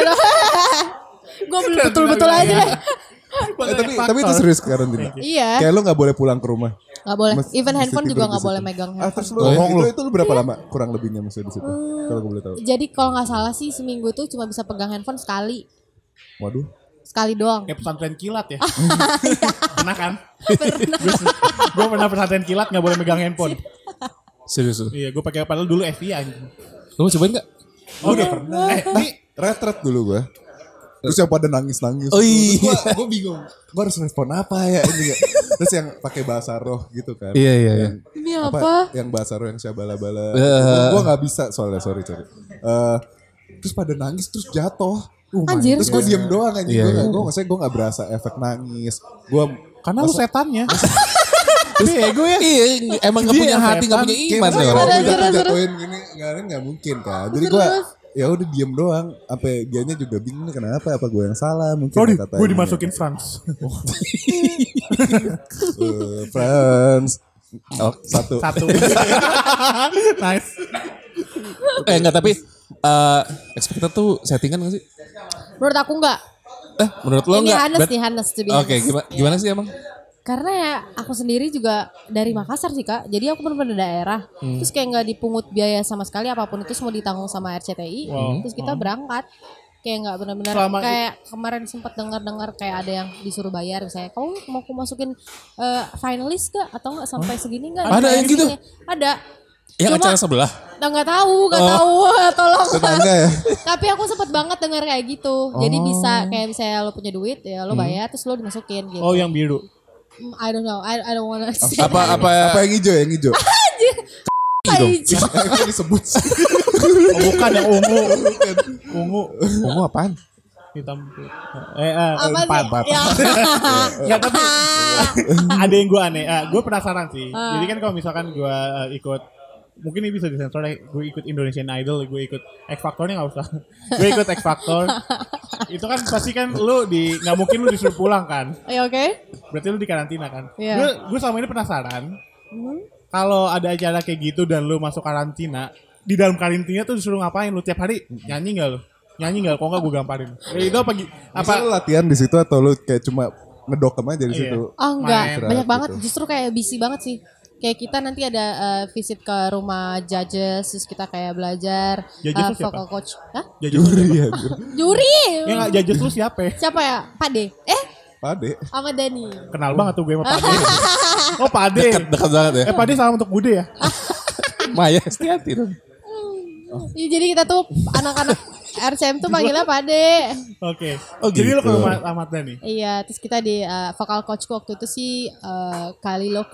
Gue belum betul-betul aja deh. Tapi itu serius karantina. Iya, Kayak lu gak boleh pulang ke rumah. nggak boleh. Mesti- Even mesti handphone tidur juga di nggak situ. boleh megang Ah, handphone. terus lu, Bohong lu. itu lu berapa lama kurang lebihnya maksudnya di situ? Kalau gue boleh tahu. Jadi kalau nggak salah sih seminggu tuh cuma bisa pegang handphone sekali Waduh. doang. Kayak pesantren kilat ya. Pernah kan? Gue pernah pesantren kilat gak boleh megang handphone. Serius lu. Iya, gue pakai padahal dulu FI anjing. Lu mau cobain gak? Oh, udah pernah. Ini Retret dulu gue. Terus yang pada nangis-nangis. Oh, iya. Gue bingung. Gue harus respon apa ya ini ya. Terus yang pakai bahasa roh gitu kan. Iya, iya, iya. Yang, Ini apa? Yang bahasa roh yang syabala-bala. Eh. Gue gak bisa soalnya, sorry. Terus pada nangis terus jatuh. Anjir. Terus gue diem doang aja. Iya, iya. Gue gak berasa efek nangis. Gue karena lu setannya. Bego ya? Iya, emang gak Dia punya hati, gak setan. punya kayak iman masa ya kalau orang. gue jatuhin gini nggak mungkin kan. Jadi gue ya udah diem doang. Sampai dianya juga bingung nih kenapa, apa gue yang salah mungkin Sorry, katanya. gue dimasukin France. Friends. Oh, satu. Satu. Nice. Enggak, tapi Expected tuh settingan gak sih? Menurut aku nggak. Menurut lo Ini enggak? Hanes to be Oke, honest. gimana sih emang? Karena ya aku sendiri juga dari Makassar sih Kak. Jadi aku benar-benar daerah. Terus kayak nggak dipungut biaya sama sekali, apapun itu semua ditanggung sama RCTI. Terus kita berangkat. Kayak nggak benar-benar Selama- kayak kemarin sempat dengar-dengar kayak ada yang disuruh bayar misalnya. Kamu mau aku masukin finalis gak atau nggak sampai segini nggak? Ada yang gitu? Ada. Yang Cuma- acara sebelah? Nggak tahu, tolong. Tetangga ya. Tapi aku sempet banget dengar kayak gitu. Jadi bisa kayak misalnya lo punya duit ya lo bayar terus lo dimasukin gitu. Oh, yang biru. I don't know. I don't wanna say. Apa yang hijau? Yang hijau. Hijau. Itu disebut sih. Oh, bukan yang ungu. Ungu. Ungu apaan? Hitam. Apa empat. sih? Ya. Enggak, tapi ada yang gue aneh. Gue penasaran sih. Jadi kan kalau misalkan gue ikut, mungkin ini bisa disensor deh. Gue ikut Indonesian Idol, gue ikut X Factor-nya nggak usah. Gue ikut X Factor. Itu kan pasti kan lu nggak mungkin lu disuruh pulang kan. Ya oke. Berarti lu di karantina kan. Iya. Gue sama ini penasaran. Kalau ada acara kayak gitu dan lu masuk karantina, di dalam karantina tuh disuruh ngapain? Lu tiap hari nyanyi nggak lu? Nyanyi nggak? Kok nggak gue gamparin? Itu apa? Apa lu latihan di situ atau lu kayak cuma ngedokem aja di Iya. situ? Oh enggak, Main. banyak Gitu. banget. Justru kayak busy banget sih. Kayak kita nanti ada visit ke rumah judges, terus kita kayak belajar Judges lu siapa? vocal coach. Hah? Juri ya. Juri. Ya nggak judges lu siapa? Siapa ya? Pak D. Pade. Sama Dani. Kenal banget tuh gue sama Pade. Oh Pade. Dekat banget ya. Pade salam untuk Bude ya. Maya Estianti dong. Iya, jadi kita tuh anak-anak RCM tuh panggilnya Pak D. Oke. Oh, Jadi lu ke gitu. rumah Ahmad Dhani. Iya, terus kita di vokal coachku waktu itu sih Lilo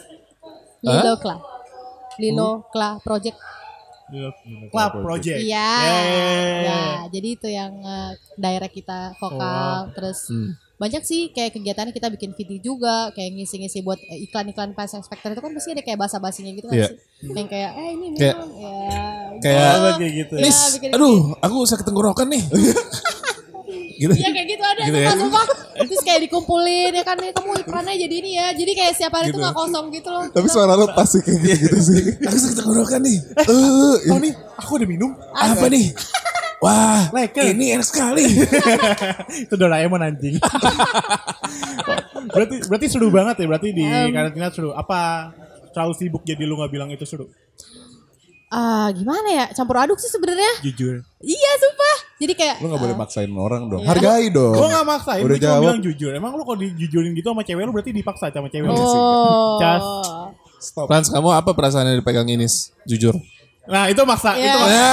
Kla Project. Club Project. Iya. Yeay. Ya, jadi itu yang direct kita vokal, terus banyak sih kayak kegiatannya kita bikin video juga, kayak ngisi-ngisi buat iklan-iklan pas Spectre itu kan pasti ada kayak bahasa-basinya gitu kan Iya. sih. Yang kayak ini Kayak- memang ya. Kayak Oh, kayak gitu. Iya, Nis, bikin- aduh, aku sakit tenggorokan nih. Gitu. Iya kayak gitu ada Gitu ya? sumpah. Terus kayak dikumpulin ya kan, kamu iklannya jadi ini ya. Jadi kayak setiap hari tuh gak kosong gitu loh. Tapi suara lu pasti kayak gitu sih. Aku sakit tenggorokan nih. Oh nih, aku udah minum. Apa nih? Wah, Lakers. ini enak sekali. Itu Doraemon anjing. berarti seru banget ya, berarti di karantina seru. Apa terlalu sibuk jadi lu gak bilang itu seru? Gimana ya? Campur aduk sih sebenarnya. Jujur. Iya, sumpah. Jadi kayak Lu gak boleh maksain orang dong. Iya. Hargai dong. Gue gak maksain, Udah gue cuma jawab. bilang jujur. Emang lu kalau dijujurin gitu sama cewek lu berarti dipaksa sama cewek lu. oh. Cas. Stop. Frans, kamu apa perasaannya dipegang Inis? Jujur. Nah itu maksa, Iya. itu maksa. Ya.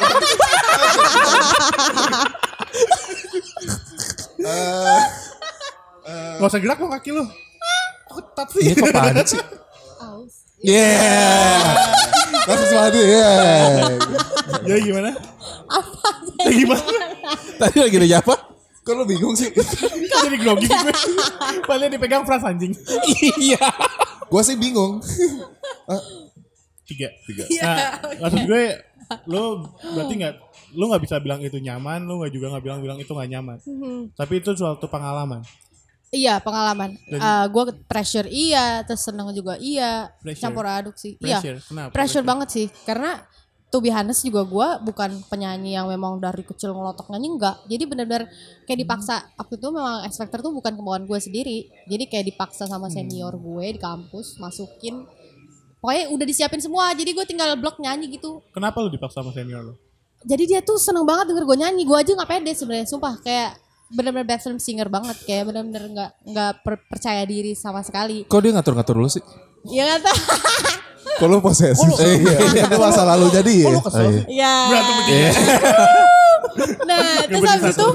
Gak usah gerak lo kaki lu. Kok ketat sih? Ini kok panik sih? Aus. Yeah. Kasus mati ya. Ya gimana? Apa? Ya gimana? Tadi lagi ada apa? Kok lu bingung sih? Kok jadi grogi sih gue? Padahal dipegang Frans anjing. Iya. Gua sih bingung. Tiga. Iya. Nah, maksud gue, lo berarti lo nggak bisa bilang itu nyaman, lo nggak juga nggak bilang itu nggak nyaman. Tapi itu suatu pengalaman. Iya, pengalaman. Gue pressure iya, terus seneng juga iya. Pressure. Campur aduk sih. Pressure, Iya. kenapa? Pressure banget sih. Karena to be honest juga gue bukan penyanyi yang memang dari kecil ngelotok nyanyi, enggak. Jadi benar-benar kayak dipaksa. Waktu itu memang X Factor tuh bukan kemauan gue sendiri. Jadi kayak dipaksa sama senior gue di kampus, masukin. Pokoknya udah disiapin semua, jadi gue tinggal blok nyanyi gitu. Kenapa lo dipaksa sama senior lo? Jadi dia tuh seneng banget denger gue nyanyi. Gue aja nggak pede sebenarnya, sumpah. Kayak benar-benar bathroom singer banget. Kayak benar-benar nggak percaya diri sama sekali. Kok dia ngatur-ngatur lu sih? Iya kata. Kok lu posesif? Iya. Itu masa lalu jadi ya. Kok lo kesel sih? Iya. Berantem begini. Nah, terus habis itu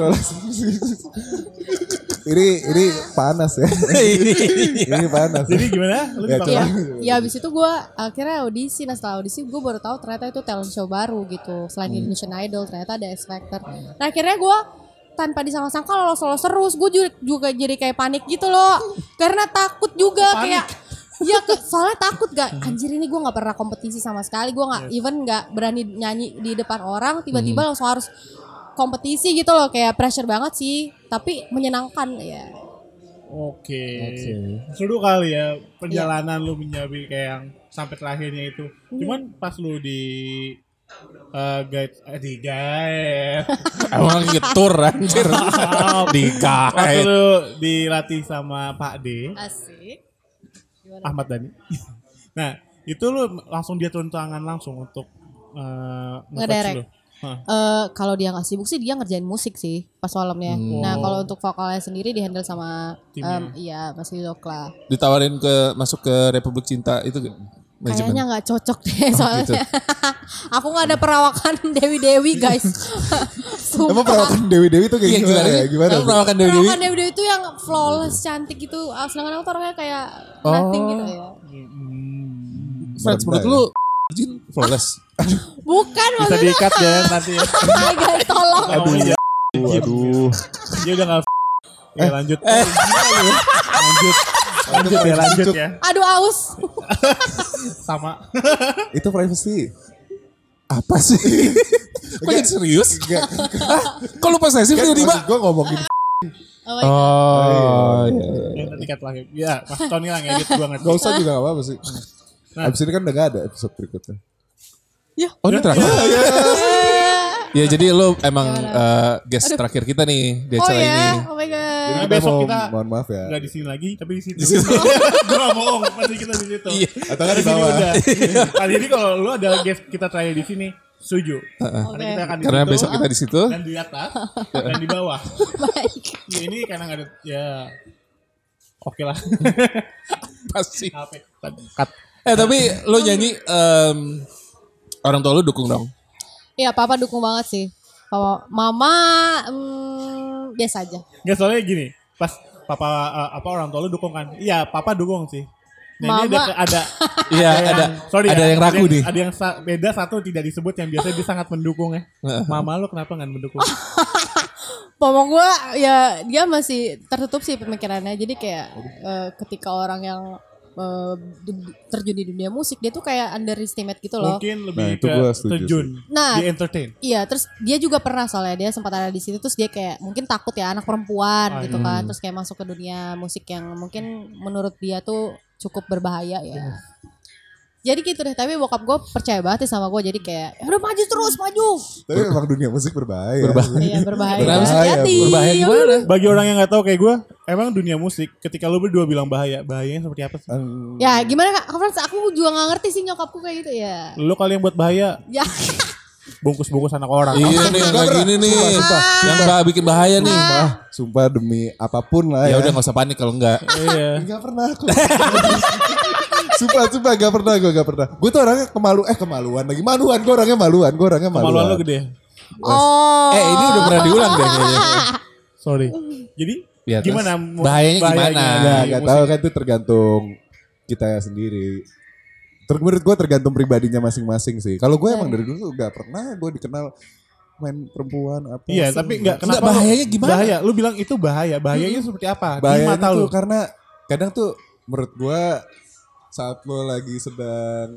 Ini panas ya. Ini panas. Jadi gimana? Lo Ya, dipaksa? ya, ya habis itu gue akhirnya audisi. Nah setelah audisi gue baru tahu ternyata itu talent show baru gitu. Selain Indonesian Idol ternyata ada X Factor. Nah akhirnya gue tanpa disangka-sangka lolos terus. Gue juga jadi kayak panik gitu loh. Karena takut juga kayak. Ya soalnya takut gak. Anjir ini gue gak pernah kompetisi sama sekali. Gue gak even gak berani nyanyi di depan orang. Tiba-tiba langsung harus kompetisi gitu loh. Kayak pressure banget sih. Tapi menyenangkan ya. Oke. Seru kali ya perjalanan lu menjadi kayak yang sampai terakhirnya itu. Cuman pas lu di guide. Emang ngetur anjir. Pas Dikait. lu dilatih sama Pak D, Asik. Ahmad Dhani. Nah, itu lu langsung dia turun tangan langsung untuk Ngedirect. lu. Hah. Kalau dia nggak sibuk sih dia ngerjain musik sih pas malamnya. Nah kalau untuk vokalnya sendiri dihandle sama Timnya. iya Mas Lidokla. Ditawarin masuk ke Republik Cinta itu gak? Kayaknya nggak cocok deh soalnya. Aku nggak ada perawakan Dewi guys. Sumpah. Emang perawakan Dewi-Dewi itu kayak Iya, gimana ya? Gimana? Emang perawakan Dewi. Perawakan Dewi itu yang flawless cantik gitu. Sedangkan aku tuh orangnya kayak nothing gitu ya. Friends, menurut lu Jin flawless. Bukan Bisa maksudnya. diikat ya nanti ya. Guys tolong. Aduh. Dia udah enggak. Ya lanjut. Lanjut ya. Aduh aus. Sama. Itu privacy. Apa sih? Kok jadi serius? Kok lu posesif tiba-tiba? Gue ngomongin Oh my God. Oh, iya. Yang nanti cut lagi. Ya, Mas Tony lah ngedit gua ngerti. gak usah juga gak apa-apa sih. Nah. Abis ini kan udah gak ada episode berikutnya. Oh ini terakhir? Ya jadi lu emang guest terakhir kita nih di Oh acara ya, ini. oh my god. Nah, Kita besok mau- kita mohon maaf ya. Enggak di sini lagi, tapi di situ. Di situ. Gua gak bohong, pasti kita di situ. Iya. Atau kan di Di sini bawah. udah. Kali ini kalau lu ada guest kita terakhir di sini, setuju. Karena kita akan di Karena situ, besok kita di situ. dan di atas dan di bawah. Baik. Ya, ini karena nggak ada ya. Oke lah. Pasti. Apa? Cut. Tapi lu nyanyi orang tua lu dukung dong. Iya, papa dukung banget sih. Kalau mama biasa aja. Nggak, soalnya gini, pas papa apa orang tua lu dukung kan? Iya, papa dukung sih. Nah, ini Mama. ada Iya, ada. sorry Ada ya, yang ragu nih. Ada yang beda satu tidak disebut yang biasanya dia sangat mendukung ya. Mama lu kenapa nggak mendukung? Mama gue ya dia masih tertutup sih pemikirannya. Jadi kayak ketika orang yang terjun di dunia musik dia tuh kayak underestimate gitu loh. Mungkin Nah, lebih itu ke gua setuju terjun. Nah, Di entertain. iya, terus dia juga pernah soalnya dia sempat ada di situ terus dia kayak mungkin takut ya anak perempuan gitu kan. Terus kayak masuk ke dunia musik yang mungkin menurut dia tuh cukup berbahaya ya. Jadi gitu deh, tapi bokap gue percaya banget sama gue, jadi kayak ya udah maju terus maju. Tapi emang dunia musik berbahaya. Iya berbahaya. Berbahaya, Hati-hati. berbahaya gimana? Bagi orang yang nggak tahu kayak gue, emang dunia musik ketika lu berdua bilang bahaya, bahayanya seperti apa sih? Ya gimana Kak Frans, aku juga gak ngerti sih nyokapku kayak gitu ya. Lu kali yang buat bahaya, Ya. bungkus-bungkus anak orang. Iya nih yang kayak gini nih. Yang bikin bahaya nih. Sumpah demi apapun lah Ya ya. udah gak usah panik kalau enggak. Iya. Gak pernah aku. Sumpah gak pernah. Gue tuh orangnya kemaluan lagi. Gue orangnya maluan. Kemaluan lu gede. Oh. Ini udah pernah diulang deh kayaknya. Sorry. Jadi Di atas. gimana? Bahayanya gimana? Nah, di gak musik? tahu kan itu tergantung kita sendiri. Menurut gue tergantung pribadinya masing-masing sih. Kalau gue emang dari dulu gak pernah gue dikenal main perempuan apa. Iya, tapi enggak Enggak, kenapa bahayanya gimana? Bahaya. Lu bilang itu bahaya. Bahayanya seperti apa? Di bahaya mata tuh lu. karena kadang tuh menurut gue saat lo lagi sedang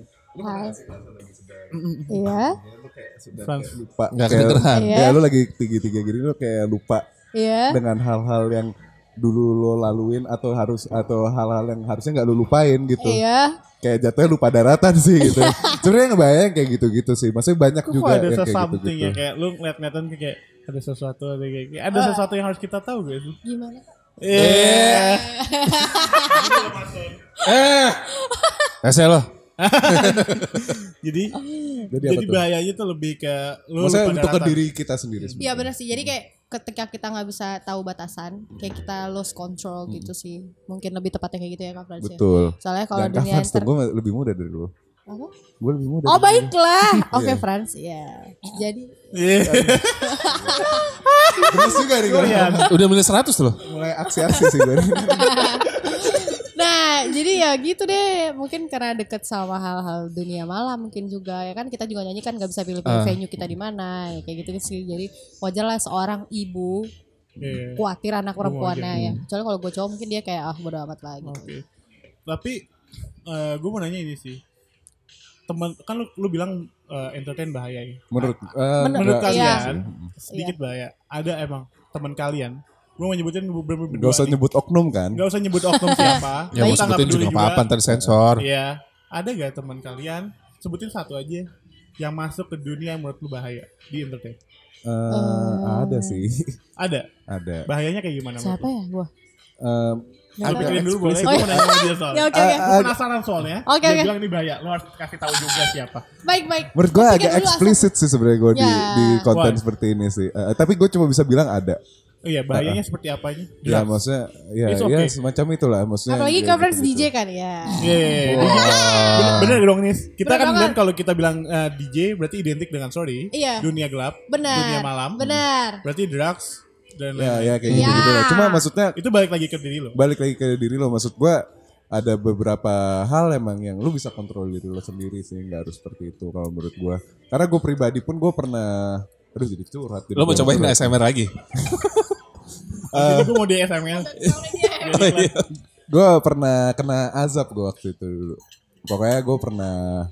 Iya. Frans. lupa Nggak kayak- kedengeran. Iya. Ya lo lagi tinggi-tinggi gini lo kayak lupa Iya. dengan hal-hal yang dulu lo laluin atau hal-hal yang harusnya nggak lo lupain gitu. Iya. Kayak jatuhnya lupa daratan sih gitu. Sebenarnya ngebayang kayak gitu-gitu sih. Maksudnya banyak Kok juga ada yang kayak sesuatu gitu-gitu. ya kayak lu ngeliat-ngeliatan kayak ada sesuatu ada sesuatu yang harus kita tahu guys. Gimana? Rese lo. Jadi Jadi apa tuh? bahayanya tuh lebih ke lu Maksudnya lupa untuk ke daratan. diri kita sendiri. Iya benar sih. Jadi kayak ketika kita nggak bisa tahu batasan, kayak kita lose control gitu sih. Mungkin lebih tepatnya kayak gitu ya Kak Frans ya. Betul. Soalnya kalau Dan dunia Frans tuh gue lebih muda dari lo. Apa? Gue lebih muda. Oh dari lu. baiklah. Oke Iya. Frans, ya. Jadi Iya. Terus juga nih gue. Udah mulai 100 loh. Mulai aksi-aksi sih gue. nah, jadi ya gitu deh. Mungkin karena deket sama hal-hal dunia malam mungkin juga ya kan, kita juga nyanyi kan nggak bisa pilih-pilih venue kita di mana ya, kayak gitu sih. Jadi wajar lah seorang ibu Iya. khawatir anak perempuannya ya. Soalnya kalau gue cowok mungkin dia kayak bodo amat lah gitu. Oke. Tapi gue mau nanya ini sih. Temen kan lu bilang entertain bahaya ya. Menurut Menurut enggak- Iya. kalian sedikit bahaya. Ada emang teman kalian. Gue mau nyebutin beberapa Gak usah nyebut oknum kan. Gak usah nyebut oknum siapa. Ya mau Kita nggak sebutin peduli juga apa-apa ntar sensor. Iya. Ada gak teman kalian? Sebutin satu aja yang masuk ke dunia yang menurut lu bahaya di entertain. Ada sih. Ada. Ada. Bahayanya kayak gimana? Siapa ya gue? Lu Agak pikirin dulu boleh. eksplisit. Gue mau nanya sama dia soalnya. Ya oke oke. Gue penasaran soalnya. Oke, Dia oke. bilang ini bahaya. Lu harus kasih tahu juga siapa. Baik baik. Menurut gue Pikir agak dulu eksplisit sih sebenarnya gue Ya. di konten Why? seperti ini sih. Tapi gue cuma bisa bilang ada. Oh iya, bahayanya seperti apanya? Ya maksudnya ya It's ya okay. semacam itulah maksudnya. Apalagi ya, coverage gitu-gitu. DJ kan ya. Iya. Bener dong Nis. Kita Bener kan banget. bilang kalau kita bilang DJ berarti identik dengan sorry. Iya. Dunia gelap. Benar. Dunia malam. Benar. Berarti drugs dan Ya lain-lain. ya kayak Ya. gitu lah. Cuma maksudnya Itu balik lagi ke diri lo. balik lagi ke diri lo. Maksud gue ada beberapa hal emang yang lu bisa kontrol diri lo sendiri sih, nggak harus seperti itu kalau menurut gue. Karena gue pribadi pun gue pernah, aduh jadi curhat. Lo mau cobain ASMR lagi? Jadi gue mau di SML. Gue pernah kena azab gue waktu itu dulu. Pokoknya gue pernah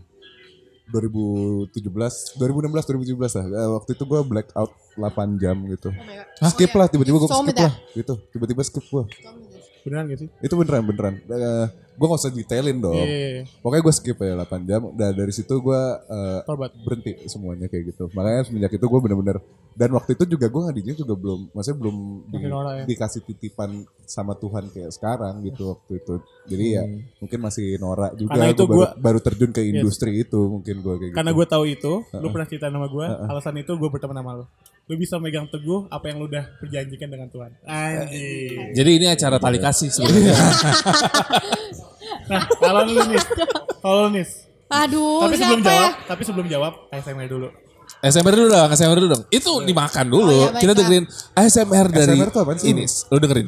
2016 2017 lah. Waktu itu gue blackout 8 jam gitu. Skip lah tiba-tiba gue Suami skip lah gitu. Tiba-tiba skip gue. Beneran gak sih? Itu beneran. Gue gak usah detailin dong. Iya. Pokoknya gue skip ya 8 jam. Dan dari situ gue Tobat. berhenti semuanya kayak gitu. Makanya semenjak itu gue bener-bener. Dan waktu itu juga gue ngadinya juga belum. Maksudnya belum Makin norak ya. dikasih titipan sama Tuhan kayak sekarang gitu waktu itu. Jadi ya mungkin masih norak juga. Karena itu Gua baru terjun ke industri itu mungkin gue kayak Karena gitu. gue tahu itu, lu pernah cerita sama gue, alasan itu gue berteman sama lu. Lu bisa megang teguh apa yang lu udah perjanjikan dengan Tuhan. Anjir. Jadi ini acara tali kasih sebenarnya. Nah, kalau lu nis. Aduh, Tapi siapa sebelum ya? jawab, ASMR dulu. ASMR dulu dong. Itu dimakan dulu. Oh, iya, Kita baiklah. dengerin ASMR dari ASMR tuh apaan sih? ini. Lo dengerin.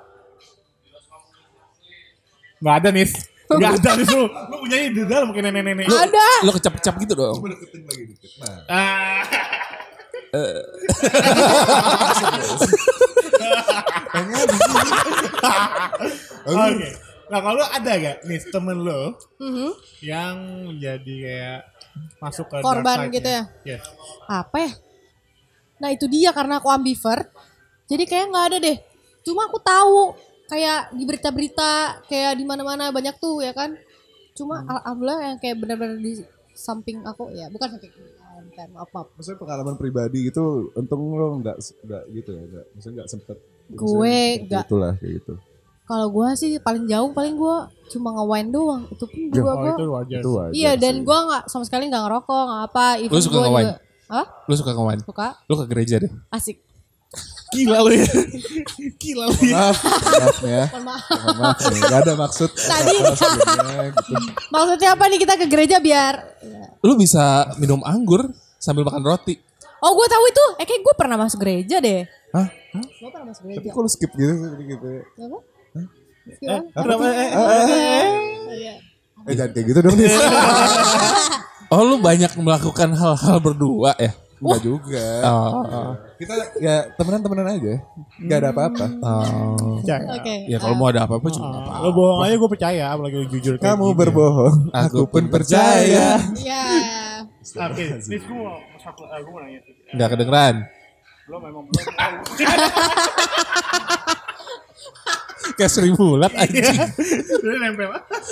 Gak ada nis. Gak ada nis lu. Lu punya di dalam kayak nenek-nenek. Ada. Lo kecap-kecap gitu dong. Ah. Oke. Nah kalau ada gak nih temen lo Mhm. yang jadi kayak masuk ke Korban dark side-nya? gitu ya? Yes. Apa ya? Nah itu dia, karena aku ambivert. Jadi kayak nggak ada deh. Cuma aku tahu kayak di berita-berita kayak di mana-mana banyak tuh ya kan. Cuma alhamdulillah yang kayak benar-benar di samping aku ya, bukan samping kayak maaf. Maksudnya pengalaman pribadi gitu, untung lo nggak gitu ya, maksudnya nggak sempet. Gue nggak. Itulah kayak gitu. Kalau gue sih paling jauh gue cuma nge-wine doang. Itu pun juga Oh, gue. itu wajar. Itu wajar Iya dan sih. gue nggak sama sekali nggak ngerokok nggak apa. Lu suka gua nge-wine? juga- Hah? Lu suka nge-wine? Suka? Lu ke gereja deh. Asik. Gila lu ya. Gila lu ya. Maaf nih ya. Mohon maaf. Mohon maaf nih, gak ada maksud. Tadi. Sebenarnya gitu. Maksudnya apa nih kita ke gereja biar? Lu bisa minum anggur sambil makan roti. Oh gue tahu itu. Kayak gue pernah masuk gereja deh. Hah? Gue pernah masuk Tapi gereja. kok lu skip gitu gitu. Apa? Gimana? Kenapa? Iya. Jangan kayak gitu dong Nis. Oh lu banyak melakukan hal-hal berdua ya? Enggak juga. Oh. Kita ya temenan-temenan aja. Enggak ada apa-apa. Oh. Percaya. Oke. Ya kalau mau ada apa-apa juga apa. Lo bohong aja gue percaya, apalagi lu jujur kayak Kamu gini. berbohong, aku pun percaya. Iya. Oke, Nis gue mau nanya sih. Enggak kedengeran. Lo memang belum tahu. Kayak Sri Mulat anjing. Lu nempel.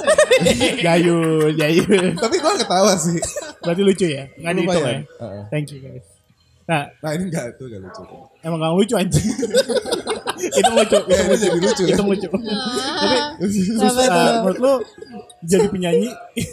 Jayul. Tapi gua ketawa sih. Berarti lucu ya? Nggak dihitung ya? Lumayan. Heeh. Thank you guys. Nah, Nah ini enggak lucu. emang gak lucu anjing. Itu lucu. Ya, itu jadi lucu ya. Itu lucu. Tapi Kenapa tuh? menurut lu jadi penyanyi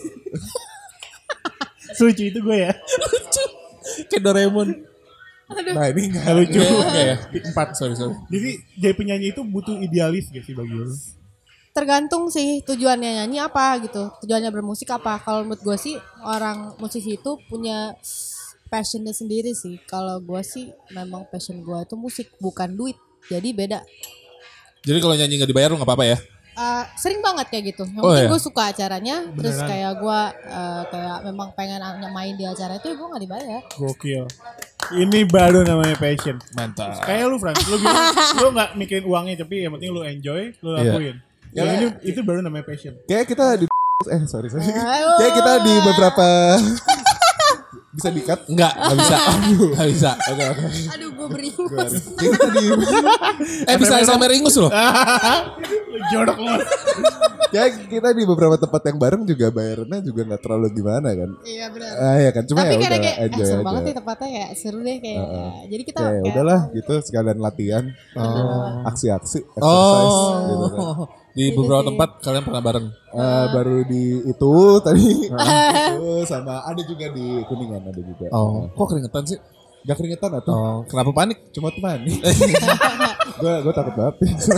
lucu itu gue ya. Lucu. Kayak Doraemon. Nah ini enggak Gak lucu. Enggak ya? Empat. Sorry. Jadi jadi penyanyi itu butuh idealis gak sih bagi lu? Tergantung sih tujuannya nyanyi apa gitu. Tujuannya bermusik apa. Kalau menurut gue sih orang musisi itu punya passionnya sendiri sih. Kalau gue sih memang passion gue itu musik bukan duit. Jadi beda. Jadi kalau nyanyi nggak dibayar lu nggak apa-apa ya? Sering banget kayak gitu. Yang Oh, penting iya? gue suka acaranya. Terus Beneran? kayak gue kayak memang pengen main di acara itu gue nggak dibayar. Gokil. Ini baru namanya passion. Mantap. Kayak lu Frank, lu bilang lu gak mikirin uangnya tapi yang penting lu enjoy, lu Iya. lakuin. Ya ini itu baru namanya passion. Kayak kita di sorry. Aduh. Kayak kita di beberapa bisa di-cut. Enggak bisa. Enggak bisa. Oke. Aduh gue beringus. Kayak kita di Bisa sampai ringus loh. Lu jorok lu. kayak kita di beberapa tempat yang bareng juga bayarnya juga nggak terlalu gimana kan. Iya benar. Ya kan cuma Tapi ya karena udah kayak enjoy seru aja. banget nih tempatnya ya seru deh kayak. Jadi kita Kayak kayak udahlah gitu sekalian latihan. Aksi-aksi exercise gitu kan. Oh. Di beberapa tempat kalian pernah bareng. Baru di itu tadi itu sama ada juga di Kuningan ada juga. Oh. Kok keringetan sih? Gak keringetan atau Oh. Kenapa panik? cuma teman. gue takut banget.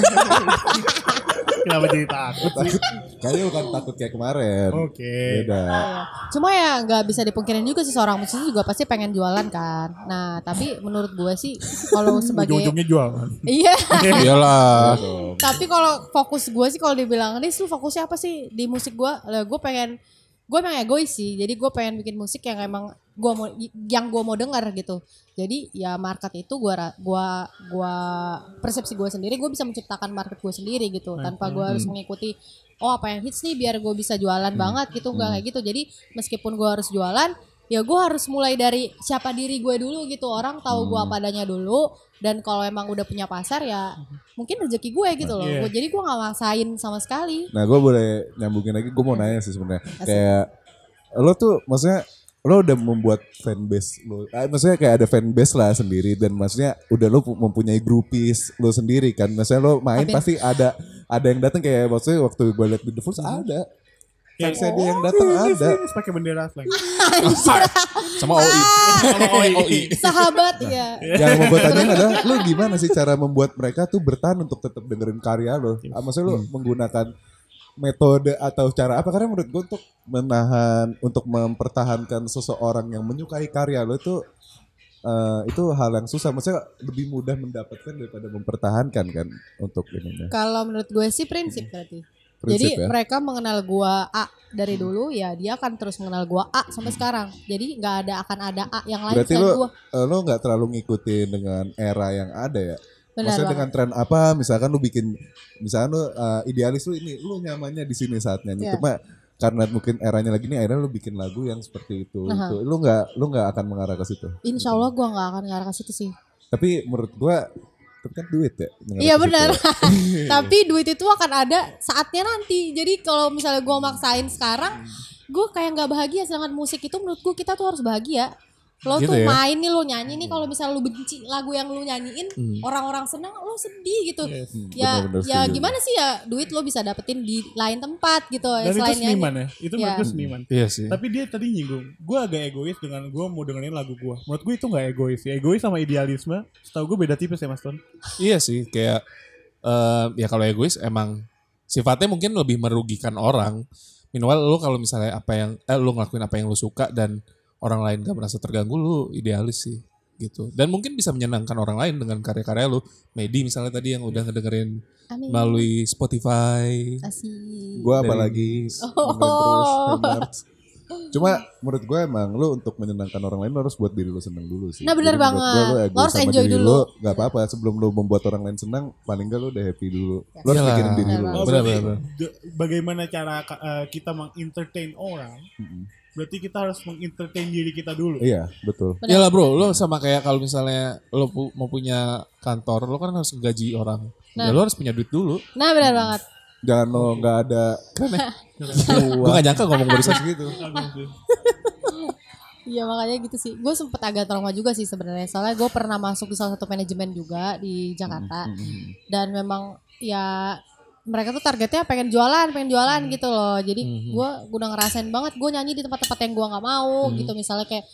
Kenapa jadi takut sih? Kayaknya bukan takut kayak kemarin. Oke. Beda. Iya. Cuma ya nggak bisa dipungkirin juga sih seorang musisi juga pasti pengen jualan kan. Nah tapi menurut gue sih kalau sebagai Ujung-ujungnya jual. iya. Iyalah. Tapi kalau fokus gue sih kalau dibilang Nis lu fokusnya apa sih di musik gue? Lah gue emang egois sih. Jadi gue pengen bikin musik yang emang gue mau denger gitu. Jadi ya market itu gua persepsi gue sendiri, gue bisa menciptakan market gue sendiri gitu tanpa gue harus mengikuti apa yang hits nih biar gue bisa jualan banget gitu, enggak kayak gitu. Jadi meskipun gue harus jualan ya gue harus mulai dari siapa diri gue dulu gitu, orang tahu gue apa adanya dulu, dan kalau emang udah punya pasar ya mungkin rezeki gue gitu loh. Iya. Jadi gue nggak maksain sama sekali. Nah gue boleh nyambungin lagi. Gue mau nanya sih sebenarnya. Kayak lo tuh maksudnya lo udah membuat fanbase lo, maksudnya kayak ada fanbase lah sendiri, dan maksudnya udah lo mempunyai groupies lo sendiri kan, maksudnya lo main Tapi- pasti ada yang datang, kayak maksudnya waktu gue liat di The Fools ada fansnya dia yang datang ada. Terus pakai bendera slang. Sama OI. Sama OI. Sahabat ya. Yang mau gue tanyain adalah lo gimana sih cara membuat mereka tuh bertahan untuk tetap dengerin karya lo? Maksudnya lo menggunakan metode atau cara apa? Karena menurut gue untuk mempertahankan seseorang yang menyukai karya lo itu hal yang susah. Maksudnya lebih mudah mendapatkan daripada mempertahankan kan untuk ininya. Kalau menurut gue sih prinsip berarti. Prinsip, Jadi ya? mereka mengenal gua A dari dulu ya dia akan terus mengenal gua A sampai sekarang. Jadi nggak akan ada A yang lain Berarti selain gua. lo nggak terlalu ngikutin dengan era yang ada ya? Benar Maksudnya banget. dengan tren apa? Misalkan misalkan lo idealis lo ini, lo nyamannya di sini saat nyanyi. Iya. Cuma karena mungkin eranya lagi nih, akhirnya lo bikin lagu yang seperti itu. Nah. Itu lo nggak akan mengarah ke situ. Insya Allah gua nggak akan ngarah ke situ sih. Tapi menurut gua Tapi kan duit ya. Iya benar. Tapi duit itu akan ada saatnya nanti. Jadi kalau misalnya gue maksain sekarang, gue kayak nggak bahagia. Sedangkan musik itu menurut gue kita tuh harus bahagia. Lo Gitu tuh ya? main nih, lo nyanyi nih. Kalau misalnya lo benci lagu yang lo nyanyiin, orang-orang senang, lo sedih gitu. Ya, benar-benar ya setuju. gimana sih ya, duit lo bisa dapetin di lain tempat gitu. Dan itu selain seniman nyanyi. ya. Itu Iya. menurut gue seniman. Iya sih. Tapi dia tadi nyinggung, gue agak egois dengan gue mau dengerin lagu gue. Menurut gue itu gak egois ya. Egois sama idealisme, setahu gue beda tipis ya Mas Ton. Iya sih, kayak ya kalau egois emang sifatnya mungkin lebih merugikan orang. Minimal lu kalau misalnya lu ngelakuin apa yang lu suka dan orang lain gak merasa terganggu, lu idealis sih gitu. Dan mungkin bisa menyenangkan orang lain dengan karya-karya lu. Medi misalnya tadi yang udah ngedengerin Amin. melalui Spotify. Asik. Gue apalagi dengerin terus Hemarts. Cuma menurut gue emang lu untuk menyenangkan orang lain lu harus buat diri lu seneng dulu sih. Nah, benar Jadi menurut banget. gua Lo egois harus sama enjoy diri dulu. Lu, gak apa-apa sebelum lu membuat orang lain senang, paling gak lu udah happy dulu. Lu harus Iyalah. mikirin diri lu. Benar Oh, Benar, berarti benar. bagaimana cara kita mengentertain orang, berarti kita harus mengentertain diri kita dulu. Iya betul. Benar. Iyalah bro, lu sama kayak kalau misalnya lu mau punya kantor, lu kan harus gaji orang. Ya Nah. lu harus punya duit dulu. Nah benar banget. Jangan lo gak ada Gue gak nyangka ngomong barusan. gitu. Iya makanya gitu sih. Gue sempet agak trauma juga sih sebenarnya. Soalnya gue pernah masuk di salah satu manajemen juga di Jakarta. Dan memang ya mereka tuh targetnya pengen jualan gitu loh. Jadi gue udah ngerasain banget gue nyanyi di tempat-tempat yang gue nggak mau gitu. Misalnya kayak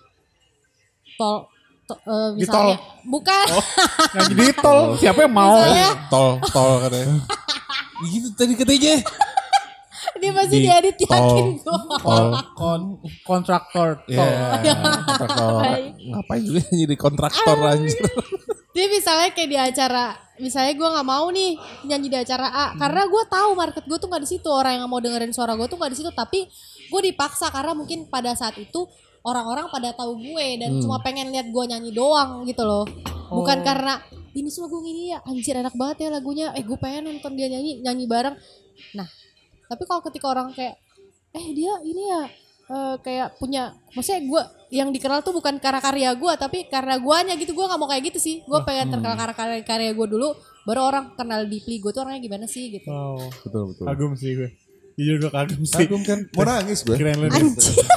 misalnya bukan. Nyanyi di tol, siapa yang mau? Misalnya Tol katanya. Gitu tadi katanya. dia masih Di diedit tol. yakin gue. Tol. Kontraktor tol. Iya. Kontraktor. Ngapain juga jadi kontraktor anjir. Dia misalnya kayak di acara, misalnya gue nggak mau nih nyanyi di acara A, karena gue tahu market gue tuh nggak di situ, orang yang mau dengerin suara gue tuh nggak di situ, tapi gue dipaksa karena mungkin pada saat itu orang-orang pada tahu gue dan cuma pengen lihat gue nyanyi doang gitu loh, bukan karena ini semua gue gini ya, anjir enak banget ya lagunya, gue pengen nonton dia nyanyi bareng. Nah, tapi kalau ketika orang kayak, dia ini ya. Kayak punya, maksudnya gue yang dikenal tuh bukan karena karya gue tapi karena guanya gitu. Gue nggak mau kayak gitu sih, gue pengen terkenal karena karya gue dulu baru orang kenal deeply gue tuh orangnya gimana sih gitu. Oh, Betul. kagum sih gue. Jujur gue kagum sih. Kagum kan mau nangis gue. Keren lu. Anjir.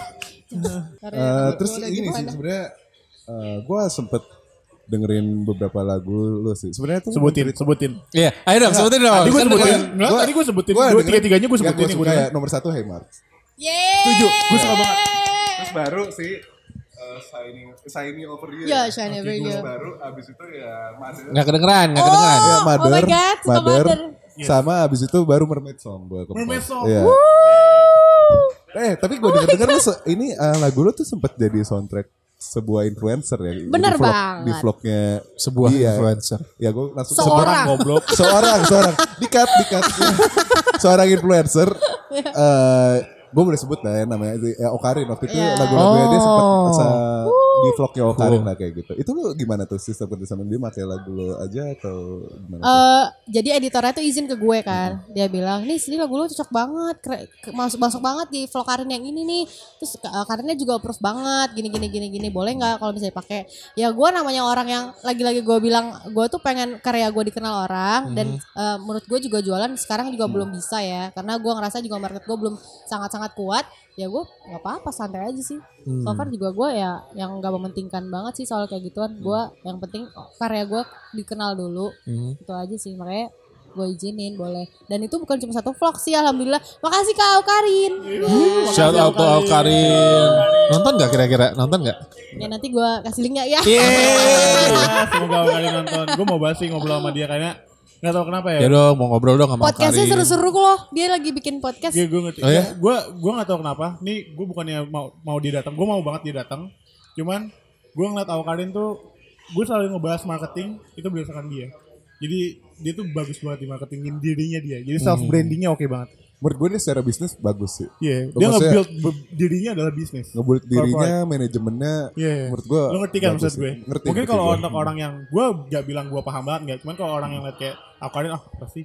Terus ini sih sebenarnya gue sempet dengerin beberapa lagu lu sih. Sebenarnya tuh Sebutin. Iya, ayo dong sebutin dong. Tadi gue Kan sebutin. bukan- Enggak, tadi gue sebutin. Gua Gue dengerin- tiga-tiganya gue yang sebutin. gue Yang suka gue ya, nomor 1 Hemarts. Yeay. Setuju, gue suka banget. Terus baru sih Shiny Over You. Ya, Shiny Over You. Terus baru abis itu ya Mother. Nggak kedengeran. Ya, Oh Mother, my God, suka Mother. Mother. Sama abis itu baru Mermaid Song gue keempat. Mermaid Song. Iya. Tapi gue denger lu ini lagu lu tuh sempet jadi soundtrack sebuah influencer ya. Bener Di vlog- banget. Di vlognya Sebuah dia. influencer. Ya gue langsung Seorang. goblok. Seorang. Dikat. Seorang influencer. Gue boleh sebut lah ya namanya Okarin. Waktu itu Iya. lagu-lagunya dia sempat Oh. di vlognya Okarin lah kayak gitu. Itu lu gimana tuh sistem kerjasama dia pakai lagu lu aja atau gimana? Jadi editornya tuh izin ke gue kan, dia bilang nih sini lagu lu cocok banget, masuk banget di vlog Karin yang ini nih, terus Karinnya juga approve banget, gini, boleh nggak kalau misalnya pakai? Ya gue namanya orang yang lagi-lagi gue bilang gue tuh pengen karya gue dikenal orang dan menurut gue juga jualan sekarang juga belum bisa ya, karena gue ngerasa juga market gue belum sangat kuat. Ya gue nggak apa-apa, santai aja sih. So far juga gue ya yang nggak mementingkan banget sih soal kayak gituan. Gue yang penting karya gue dikenal dulu. Itu aja sih, makanya gue izinin boleh. Dan itu bukan cuma satu vlog sih, alhamdulillah. Makasih Kak Karin. Shout out to Karin. Nonton nggak kira-kira? Nonton nggak? Ya nanti gue kasih linknya ya. Semoga kali nonton. Gue mau bahas sih ngobrol sama dia kayaknya. Gak tau kenapa ya. Ya dong, mau ngobrol dong sama Podcastnya Karin. seru-seru loh. Dia lagi bikin podcast. Iya gue ngerti. Oh ya? Gue gak tahu kenapa. Nih gue bukannya mau dia datang. Gue mau banget dia datang. Cuman gue ngeliat Awkarin tuh, gue selalu ngebahas marketing itu berdasarkan dia. Jadi dia tuh bagus banget di marketingin dirinya dia. Jadi self brandingnya oke banget. Menurut gue ini secara bisnis bagus sih. Iya. Lo Dia maksudnya- nge-build dirinya adalah bisnis. Ngebuat dirinya, manajemennya, Iya. menurut gue Lo ngerti kan bagus maksud sih. gue? Ngerti. Mungkin ngerti kalau gue. untuk orang yang gue gak bilang gue paham banget nggak. Cuman kalau orang yang liat kayak Awkarin pasti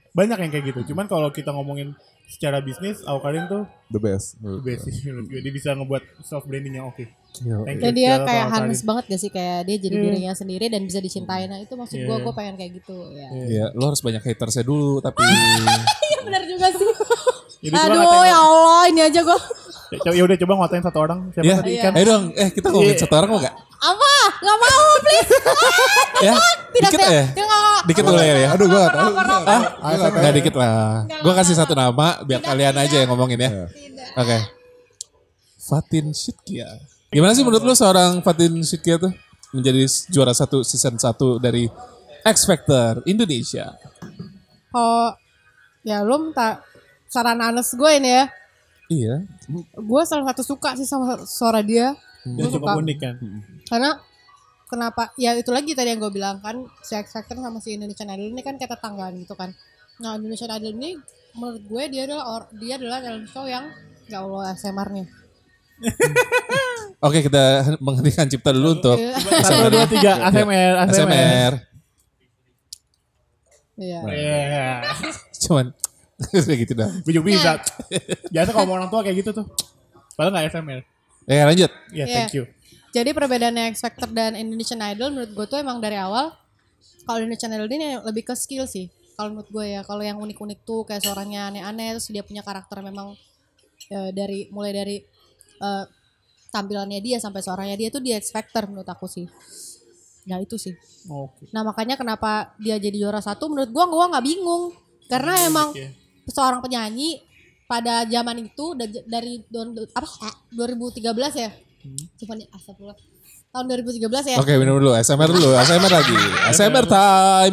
Banyak yang kayak gitu. Cuman kalau kita ngomongin secara bisnis, Awkarin tuh The best. the best sih menurut gue. Dia bisa ngebuat self branding yang oke. Thank Dan you, dia shout out kayak to harness Awkarin. banget gak sih, kayak dia jadi dirinya sendiri dan bisa dicintai. Nah itu maksud gue pengen kayak gitu ya. Iya, lo harus banyak hatersnya dulu tapi Iya benar juga sih. Jadi coba Aduh ngatain- ya Allah ini aja gue. Ya udah coba ngatain satu orang. Siapa ya, tadi Iya. Ikan? ayo dong, kita ngomongin satu orang mau gak? Apa? Gak mau please. Ya, Tidak dikit tidak. ya? Tidak. Dikit boleh ya? Aduh gue gak tahu. Ah, nggak dikit lah. Gue kasih satu nama biar kalian aja yang ngomongin ya. Oke. Fatin Shidkia. Gimana sih menurut lu seorang Fatin Shidkia tuh menjadi juara satu season 1 dari X Factor Indonesia? Oh ya lu minta saran Anes gue ini ya. Iya. Gue salah satu suka sih sama suara dia. Dia Gue cukup suka. unik kan. Karena kenapa? Ya itu lagi tadi yang gue bilang kan, si X Factor sama si Indonesian Idol ini kan kayak tetanggaan gitu kan. Nah Indonesian Idol ini menurut gue dia adalah talent show yang ya Allah ASMR-nya. Oke, kita menghentikan cipta dulu untuk Iya. 1, 2, 3 ASMR. SMR. Iya. Iya. Cuman kayak gitu dah. Gue juga bisa. Biasa kalau mau orang tua kayak gitu tuh. Padahal gak ASMR. Lanjut. Ya, thank you. Jadi perbedaannya X Factor dan Indonesian Idol menurut gue tuh emang dari awal kalau Indonesian Idol ini lebih ke skill sih. Kalau menurut gue ya, kalau yang unik-unik tuh kayak suaranya aneh-aneh, terus dia punya karakter memang mulai dari tampilannya dia sampai suaranya dia tuh di X Factor menurut aku sih. Ya itu sih. Oke. Nah makanya kenapa dia jadi juara 1 menurut gue nggak bingung. Karena emang Oke. seorang penyanyi pada zaman itu dari 2013 ya. Cuma nih astagfirullah. Tahun 2013 ya. Oke, minum dulu. ASMR dulu. ASMR lagi. ASMR time.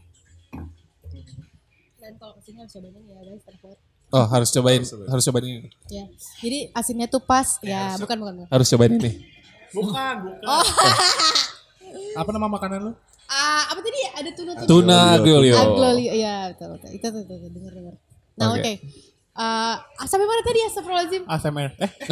Dan kalau kesini harus cobain ya guys. Oh, harus cobain ini. Ya. Jadi asinnya tuh pas. Ya bukan. Harus cobain ini. Bukan. Oh. Apa nama makanan lu? Apa tadi? Ada tuna. Tuna aglio. Aglio. Iya betul. Itu dengar. Nah Oke. oke. Sampai mana tadi astagfirullahaladzim? ASMR.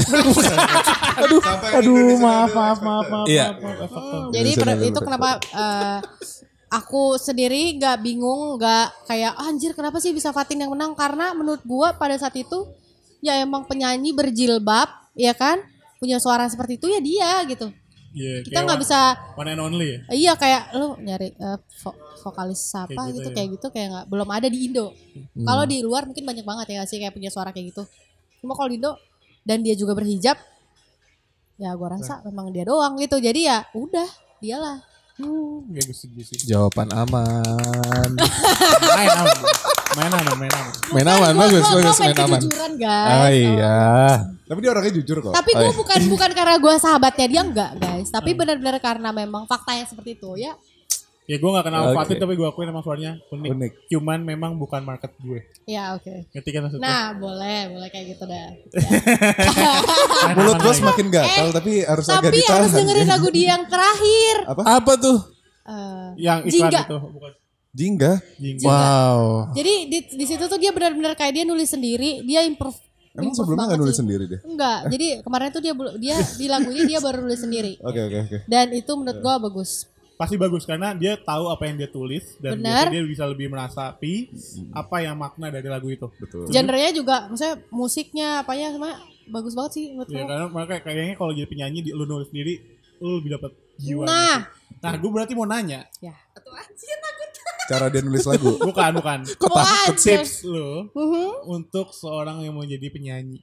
Aduh, maaf. Iya. Jadi itu kenapa aku sendiri nggak bingung, nggak kayak anjir kenapa sih bisa Fatin yang menang, karena menurut gua pada saat itu ya emang penyanyi berjilbab ya kan, punya suara seperti itu ya dia gitu. Iya, Kita nggak bisa one and only ya. iya kayak lu nyari vokalis siapa Kayak gitu, gitu kayak gitu kayak nggak, belum ada di Indo. Kalau di luar mungkin banyak banget ya nggak sih kayak punya suara kayak gitu. Cuma kalau di Indo dan dia juga berhijab, ya gua rasa memang dia doang gitu. Jadi ya udah dialah. Ya gue setuju sih. Jawaban aman. Main aman. Main aman, bagus, main aman. Kejujuran guys. Oh iya. Tapi dia orangnya jujur kok. Tapi gue bukan karena gue sahabatnya dia enggak guys. Tapi benar-benar karena memang faktanya seperti itu ya. Ya gue gak kenal Oke. Fatin tapi gue akuin emang suaranya unik. Cuman memang bukan market gue. Ya oke. Ngerti kan maksudnya? Nah boleh kayak gitu dah. Mulut gue semakin gatal tapi harus agak Tapi ditahan. harus dengerin lagu dia yang terakhir. Apa tuh? Yang iklan Jingga. itu bukan. Jingga. Jingga. Wow. Jadi di situ tuh dia benar-benar kayak dia nulis sendiri, dia improve. Emang improve sebelumnya banget gak nulis sih. sendiri deh? Enggak. Jadi kemarin tuh dia di lagu ini dia baru nulis sendiri. Oke. Dan itu menurut gue bagus. Pasti bagus karena dia tahu apa yang dia tulis dan Bener. biasanya dia bisa lebih merasapi apa yang makna dari lagu itu. Betul. Genrenya juga, maksudnya musiknya apanya sama bagus banget sih menurut Ya gue. karena mereka kayaknya kalau jadi penyanyi lu nulis sendiri lu lebih dapat jiwa. Nah. Nah, gue berarti mau nanya. Ya. Cara dia nulis lagu. Bukan. Kok takut sih? Tips lu untuk seorang yang mau jadi penyanyi.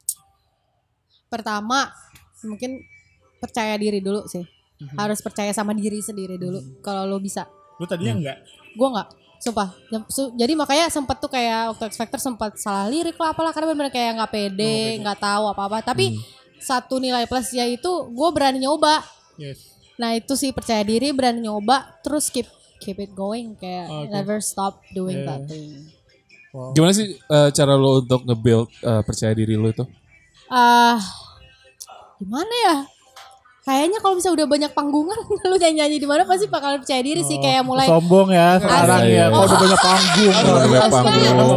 Pertama mungkin percaya diri dulu sih. Harus percaya sama diri sendiri dulu kalau lo bisa. Lu tadinya enggak? Gue nggak, sumpah. Jadi makanya sempet tuh kayak waktu X Factor sempat salah lirik lah apalah karena benar kayak nggak pede, nggak tahu apa-apa. Tapi satu nilai plusnya itu gue berani nyoba. Yes. Nah itu sih percaya diri, berani nyoba, terus keep it going kayak never stop doing that thing. Gimana sih cara lo untuk nge-build percaya diri lo itu? Gimana ya? Kayaknya kalau misalnya udah banyak panggungan, lu nyanyi di mana pasti bakal percaya diri sih kayak mulai. Sombong ya sekarang Asik. ya. Kalau udah banyak panggung. Banyak panggung.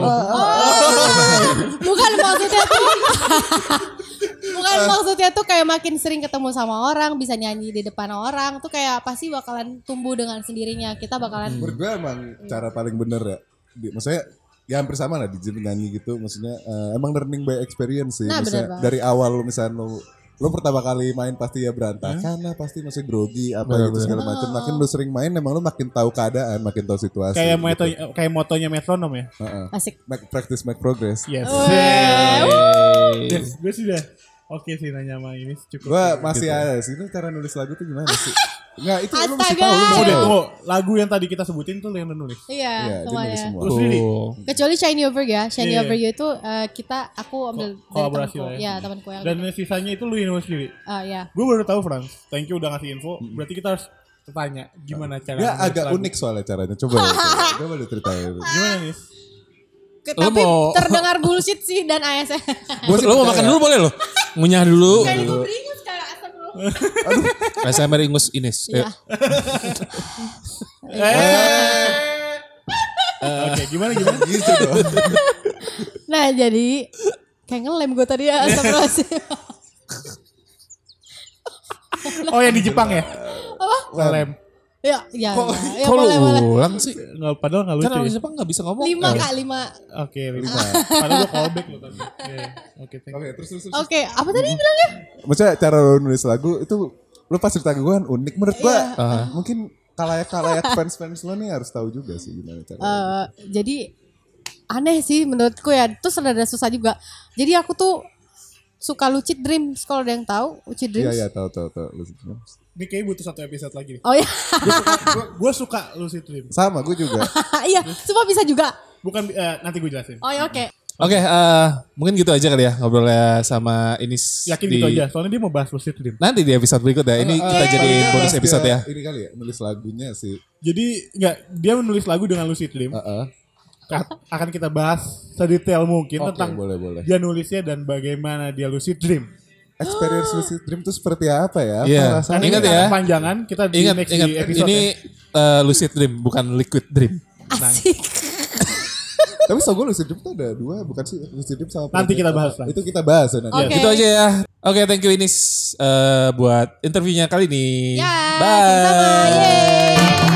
Bukan maksudnya tuh. Bukan maksudnya tuh kayak makin sering ketemu sama orang, bisa nyanyi di depan orang tuh kayak pasti bakalan tumbuh dengan sendirinya. Kita bakalan Menurut gue emang cara paling bener ya. Maksudnya ya hampir sama lah di gym nyanyi gitu. Maksudnya emang learning by experience sih. Nah, Maksudnya benar banget. dari awal lu misalnya lu pertama kali main pasti ya berantakan lah, pasti masih grogi apa gitu segala macam. Makin lu sering main emang lu makin tahu keadaan, makin tahu situasi. Kayak gitu. kayak motonya metronom ya. Asik. Make practice make progress. Yes. Weh. Yes, gue sudah oke sih nanya sama ini cukup. Gua masih ada sih, itu cara nulis lagu tuh gimana sih? Enggak, itu lu mesti Astaga. tahu. Lu mesti Tunggu deh, tahu. tunggu. Lagu yang tadi kita sebutin tuh yang nulis. Iya, Iya, dia nulis semuanya. semua. Lu sendiri? Kecuali Shiny Over You ya. Shiny Iya. Over You itu aku ambil dari Kolaborasi temanku. lah ya. Ya, temanku yang. Dan sisanya itu lu yang nulis sendiri. Ya. Gue baru tahu Frans. Thank you udah ngasih info. Berarti kita harus tanya gimana cara Dia nulis agak lagu. unik soalnya caranya. Coba lu ceritain. Gimana nih? Tapi mau- terdengar bullshit sih dan ASMR. Lo mau makan dulu boleh lo? Ngunyah dulu. Kayak gue beringus kayak astagfirullah. ASMR Ingus Ines. Iya. Oke, gimana gimana? Gitu dong. Nah, jadi kayak ngelem gue tadi ya astagfirullah. Oh yang di Jepang ya? Lem. Ya, ya, ya, Kok boleh, boleh. lu ulang sih? Nggak, padahal nggak lucu Kan orang ya. Jepang gak bisa ngomong. 5 Kak, 5. Oke, 5. Padahal gue callback lo tadi. Iya. Oke, thank you. Oke, terus. Oke, apa tadi bilangnya? Maksudnya cara lu nulis lagu itu lu pas cerita gue kan unik menurut gua. Iya. Mungkin kalayak fans lo nih harus tahu juga sih gimana cara. Jadi aneh sih menurutku ya. Terus rada susah juga. Jadi aku tuh suka Lucid Dreams, kalau ada yang tahu Lucid Iya Dreams. iya tahu. Ini kayaknya butuh satu episode lagi nih. Oh ya, Gue suka Lucid Dream. Sama gue juga. iya, semua bisa juga. Bukan nanti gue jelasin. Oh ya, oke. Oke, mungkin gitu aja kali ya ngobrolnya sama Inis. Yakin gitu aja. Soalnya dia mau bahas Lucid Dream. Nanti di episode berikutnya. Ini kita jadiin bonus episode ya. Ini kali ya nulis lagunya sih. Jadi dia menulis lagu dengan Lucid Dream. Akan kita bahas sedetail mungkin Oke, tentang boleh. dia nulisnya dan bagaimana dia Lucid Dream. Experience lucid dream itu seperti apa ya? Iya. Apa rasanya? Nanti Ingat kita ya. panjangan kita di Ingat, next di episode ini ya. lucid dream bukan liquid dream. Asik. Tapi so gue lucid dream tuh ada 2 bukan sih? Lucid dream sama Nanti project. kita bahas lah. Itu kita bahas ya nanti. Oke. Gitu aja ya. Oke, thank you Inis buat interviewnya kali ini. Ya, Bye. sama-sama. Yeay.